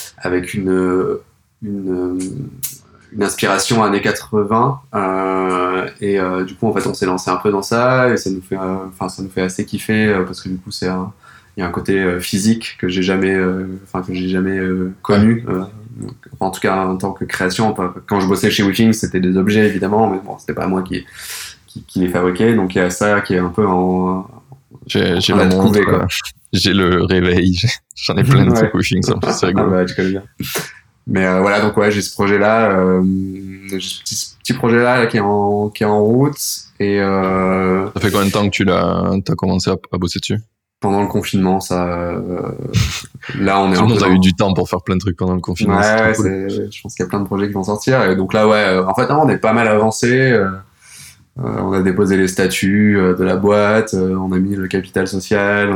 inspiration années 80, et du coup en fait on s'est lancé un peu dans ça et ça nous fait assez kiffer, parce que du coup il y a un côté physique que j'ai jamais connu, en tout cas en tant que création. Quand je bossais chez WeThings, c'était des objets évidemment, mais bon, c'était pas moi qui les fabriquais, donc il y a ça qui est un peu
j'ai la montre, quoi. J'ai le réveil, j'en ai plein de trucs WeThings, c'est rigolo.
Ouais, tu connais bien. Mais voilà, donc ouais, j'ai ce projet-là, petit projet-là qui est en route, et
ça fait combien de temps que t'as commencé à bosser dessus?
Pendant le confinement, ça. Là, on est.
Tout le monde a eu du temps pour faire plein de trucs pendant le confinement.
Ouais, cool. Je pense qu'il y a plein de projets qui vont sortir, et donc là, ouais, en fait, non, on est pas mal avancé. On a déposé les statuts de la boîte, on a mis le capital social,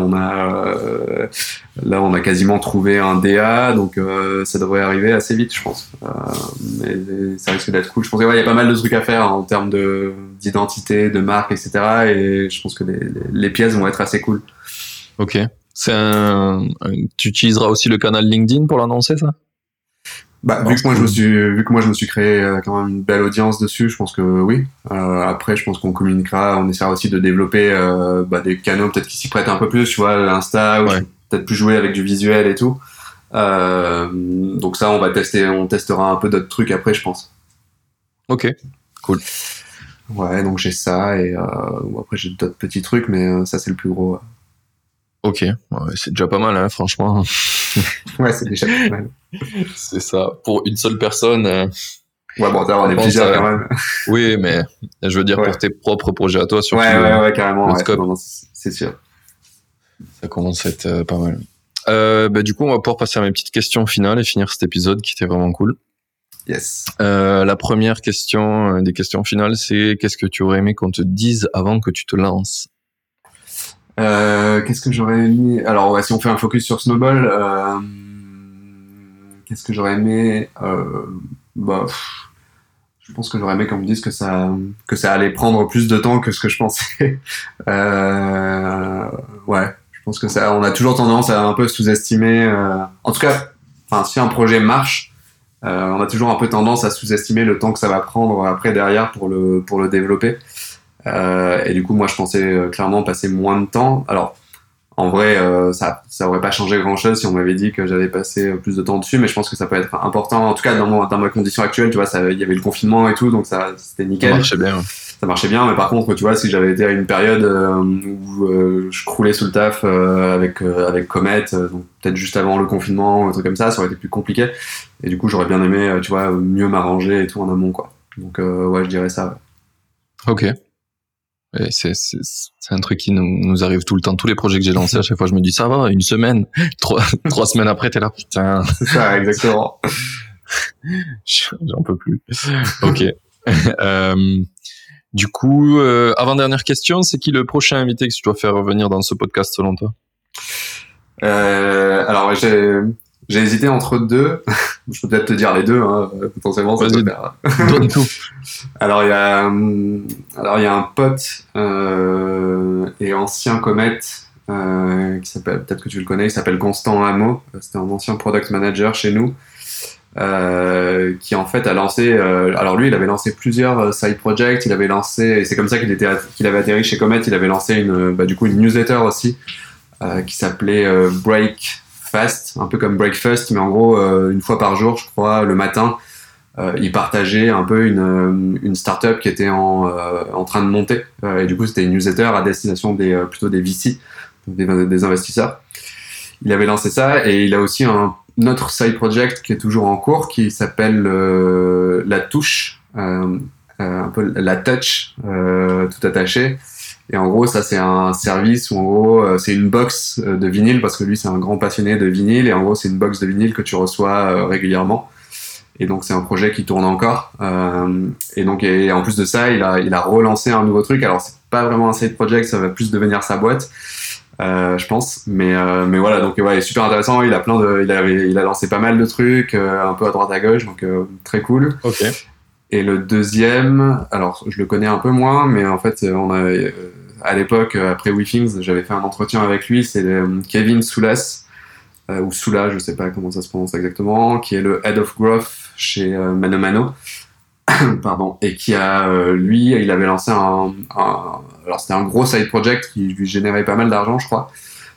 là on a quasiment trouvé un DA, donc ça devrait arriver assez vite, je pense. Mais ça risque d'être cool. Je pense qu'il y a pas mal de trucs à faire en termes d'identité, de marque, etc. Et je pense que les pièces vont être assez cool.
Ok. Tu utiliseras aussi le canal LinkedIn pour l'annoncer, ça?
Vu que moi je me suis créé quand même une belle audience dessus, je pense que oui. Après, je pense qu'on communiquera, on essaiera aussi de développer des canaux peut-être qui s'y prêtent un peu plus, tu vois, l'Insta, où je peux peut-être plus jouer avec du visuel et tout. Donc ça, on testera un peu d'autres trucs après, je pense.
Ok, cool.
Ouais, donc j'ai ça, et après j'ai d'autres petits trucs, mais ça c'est le plus gros.
Ok, ouais, c'est déjà pas mal, hein, franchement.
Ouais, c'est déjà pas mal.
C'est ça. Pour une seule personne,
Ouais, bon, on est plusieurs quand même.
Oui, mais je veux dire pour tes propres projets à toi, surtout.
Ouais, carrément.
Le scope.
Non, c'est sûr.
Ça commence à être pas mal. Du coup, on va pouvoir passer à mes petites questions finales et finir cet épisode qui était vraiment cool.
Yes.
La première question des questions finales, c'est qu'est-ce que tu aurais aimé qu'on te dise avant que tu te lances?
Qu'est-ce que j'aurais aimé? Alors, si on fait un focus sur Snowball, qu'est-ce que j'aurais aimé? Je pense que j'aurais aimé qu'on me dise que ça allait prendre plus de temps que ce que je pensais. Ouais, je pense que on a toujours tendance à un peu sous-estimer. En tout cas, si un projet marche, on a toujours un peu tendance à sous-estimer le temps que ça va prendre après derrière pour le développer. Et du coup, moi, je pensais clairement passer moins de temps. Alors, en vrai, ça aurait pas changé grand-chose si on m'avait dit que j'allais passer plus de temps dessus, mais je pense que ça peut être important. En tout cas, dans ma condition actuelle, tu vois, il y avait le confinement et tout, donc c'était nickel.
Ça marchait bien. Ouais.
Ça marchait bien, mais par contre, tu vois, si j'avais été à une période où je croulais sous le taf avec Comet, donc peut-être juste avant le confinement, un truc comme ça aurait été plus compliqué. Et du coup, j'aurais bien aimé, tu vois, mieux m'arranger et tout en amont, quoi. Donc, ouais, je dirais ça. Ouais.
Ok. Et c'est un truc qui nous arrive tout le temps. Tous les projets que j'ai lancés, à chaque fois, je me dis, ça va, une semaine. Trois semaines après, t'es là, putain.
C'est ça, exactement.
J'en peux plus. Ok. Du coup, avant-dernière question, c'est qui le prochain invité que tu dois faire revenir dans ce podcast selon toi?
Alors, j'ai hésité entre deux. Je peux peut-être te dire les deux, hein, potentiellement. Ça
Vas-y, donne tout.
Alors, il y a un pote et ancien Comet qui s'appelle, peut-être que tu le connais, il s'appelle Constant Hameau. C'était un ancien product manager chez nous. Qui en fait a lancé alors lui il avait lancé plusieurs side projects, il avait lancé, et c'est comme ça qu'il avait atterri chez Comet, il avait lancé une newsletter aussi qui s'appelait Break Fast, un peu comme Breakfast, mais en gros une fois par jour je crois le matin il partageait un peu une startup qui était en train de monter et du coup c'était une newsletter à destination plutôt des VC, des investisseurs. Il avait lancé ça et il a aussi notre side project qui est toujours en cours, qui s'appelle La Touche, un peu la touch, tout attaché. Et en gros, ça c'est un service où en gros c'est une box de vinyle, parce que lui c'est un grand passionné de vinyle, et en gros c'est une box de vinyle que tu reçois régulièrement. Et donc c'est un projet qui tourne encore. Et donc en plus de ça, il a relancé un nouveau truc. Alors c'est pas vraiment un side project, ça va plus devenir sa boîte. Je pense, mais voilà, donc ouais, super intéressant. Il a lancé pas mal de trucs, un peu à droite à gauche, donc très cool.
Ok.
Et le deuxième, alors je le connais un peu moins, mais en fait, à l'époque, après WeThings, j'avais fait un entretien avec lui. C'est Kevin Soulas, ou Soula, je sais pas comment ça se prononce exactement, qui est le Head of Growth chez Mano Mano. Pardon, et qui lui, il avait lancé alors c'était un gros side project qui lui générait pas mal d'argent, je crois.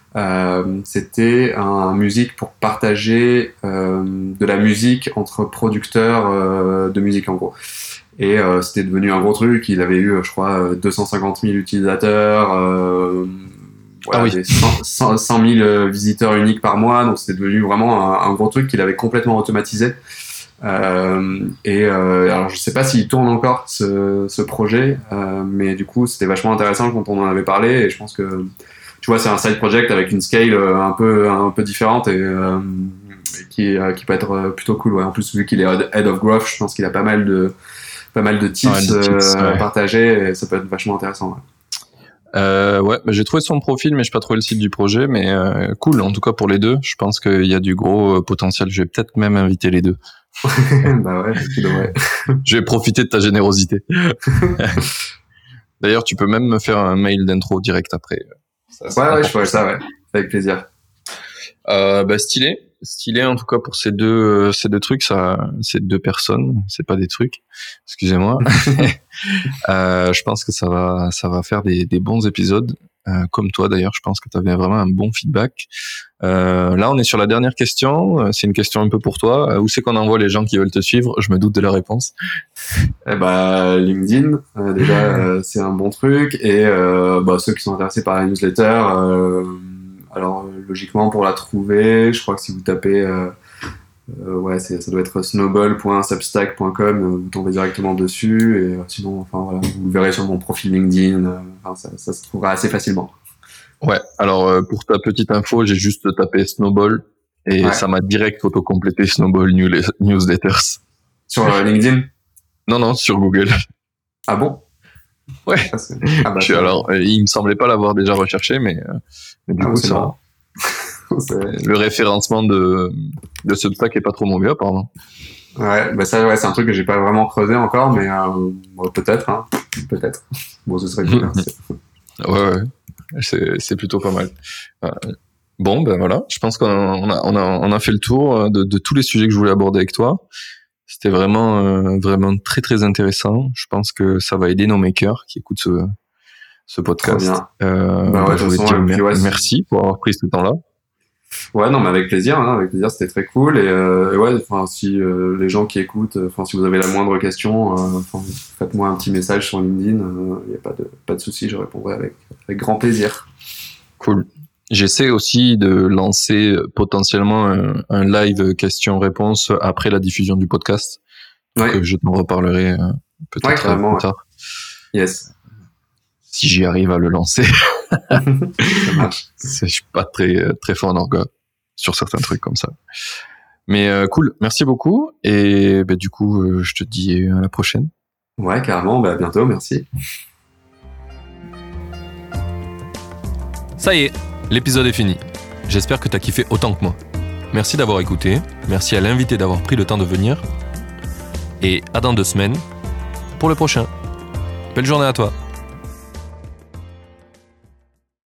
C'était un musique pour partager de la musique entre producteurs de musique en gros. Et c'était devenu un gros truc. Il avait eu, je crois, 250 000 utilisateurs, voilà,
oui.
100 000 visiteurs uniques par mois. Donc c'était devenu vraiment un gros truc qu'il avait complètement automatisé. Alors je sais pas s'il tourne encore ce projet, mais du coup c'était vachement intéressant quand on en avait parlé, et je pense que tu vois c'est un side project avec une scale un peu différente, et qui peut être plutôt cool. Ouais. En plus vu qu'il est Head of Growth, je pense qu'il a pas mal de tips à partager, et ça peut être vachement intéressant.
Ouais, j'ai trouvé son profil, mais j'ai pas trouvé le site du projet, mais cool en tout cas pour les deux. Je pense qu'il y a du gros potentiel. Je vais peut-être même inviter les deux.
Bah ouais, tu devrais.
Je vais profiter de ta générosité. D'ailleurs, tu peux même me faire un mail d'intro direct après.
Ouais, je ferai ça, ouais, avec plaisir.
Stylé en tout cas pour ces deux trucs, ces deux personnes, c'est pas des trucs. Excusez-moi. Je pense que ça va faire des bons épisodes. Comme toi d'ailleurs, je pense que tu avais vraiment un bon feedback. Là, on est sur la dernière question. C'est une question un peu pour toi. Où c'est qu'on envoie les gens qui veulent te suivre? Je me doute de la réponse.
LinkedIn, déjà, c'est un bon truc. Et ceux qui sont intéressés par la newsletter, alors logiquement pour la trouver, je crois que si vous tapez Ouais, ça doit être snowball.substack.com, vous tombez directement dessus, et sinon, enfin voilà, vous le verrez sur mon profil LinkedIn, ça se trouvera assez facilement.
Ouais, alors pour ta petite info, j'ai juste tapé Snowball et ça m'a direct auto-complété Snowball Newsletters.
Sur LinkedIn?
Non, sur Google.
Ah bon?
Ouais. Alors, il me semblait pas l'avoir déjà recherché, mais du coup,
c'est marrant.
Le référencement de Substack est pas trop mauvais, apparemment.
Ouais, c'est un truc que j'ai pas vraiment creusé encore, mais peut-être, hein. Peut-être. Bon, ce serait cool.
Ouais. C'est plutôt pas mal. Bon, ben voilà. Je pense qu'on a fait le tour de tous les sujets que je voulais aborder avec toi. C'était vraiment très très intéressant. Je pense que ça va aider nos makers qui écoutent ce podcast.
Je voulais te dire
merci pour avoir pris ce temps-là.
Ouais, non, mais avec plaisir, c'était très cool. Et ouais, si les gens qui écoutent, si vous avez la moindre question, faites-moi un petit message sur LinkedIn. Il n'y a pas de souci, je répondrai avec grand plaisir.
Cool. J'essaie aussi de lancer potentiellement un live question-réponse après la diffusion du podcast. Donc je t'en reparlerai peut-être plus tard.
Yes.
Si j'y arrive à le lancer.
Ça marche.
Je suis pas très très fort en orga sur certains trucs comme ça. Mais cool, merci beaucoup. Et du coup, je te dis à la prochaine.
Ouais, carrément. À bientôt, merci.
Ça y est, l'épisode est fini. J'espère que t'as kiffé autant que moi. Merci d'avoir écouté. Merci à l'invité d'avoir pris le temps de venir. Et à dans 2 semaines pour le prochain. Belle journée à toi.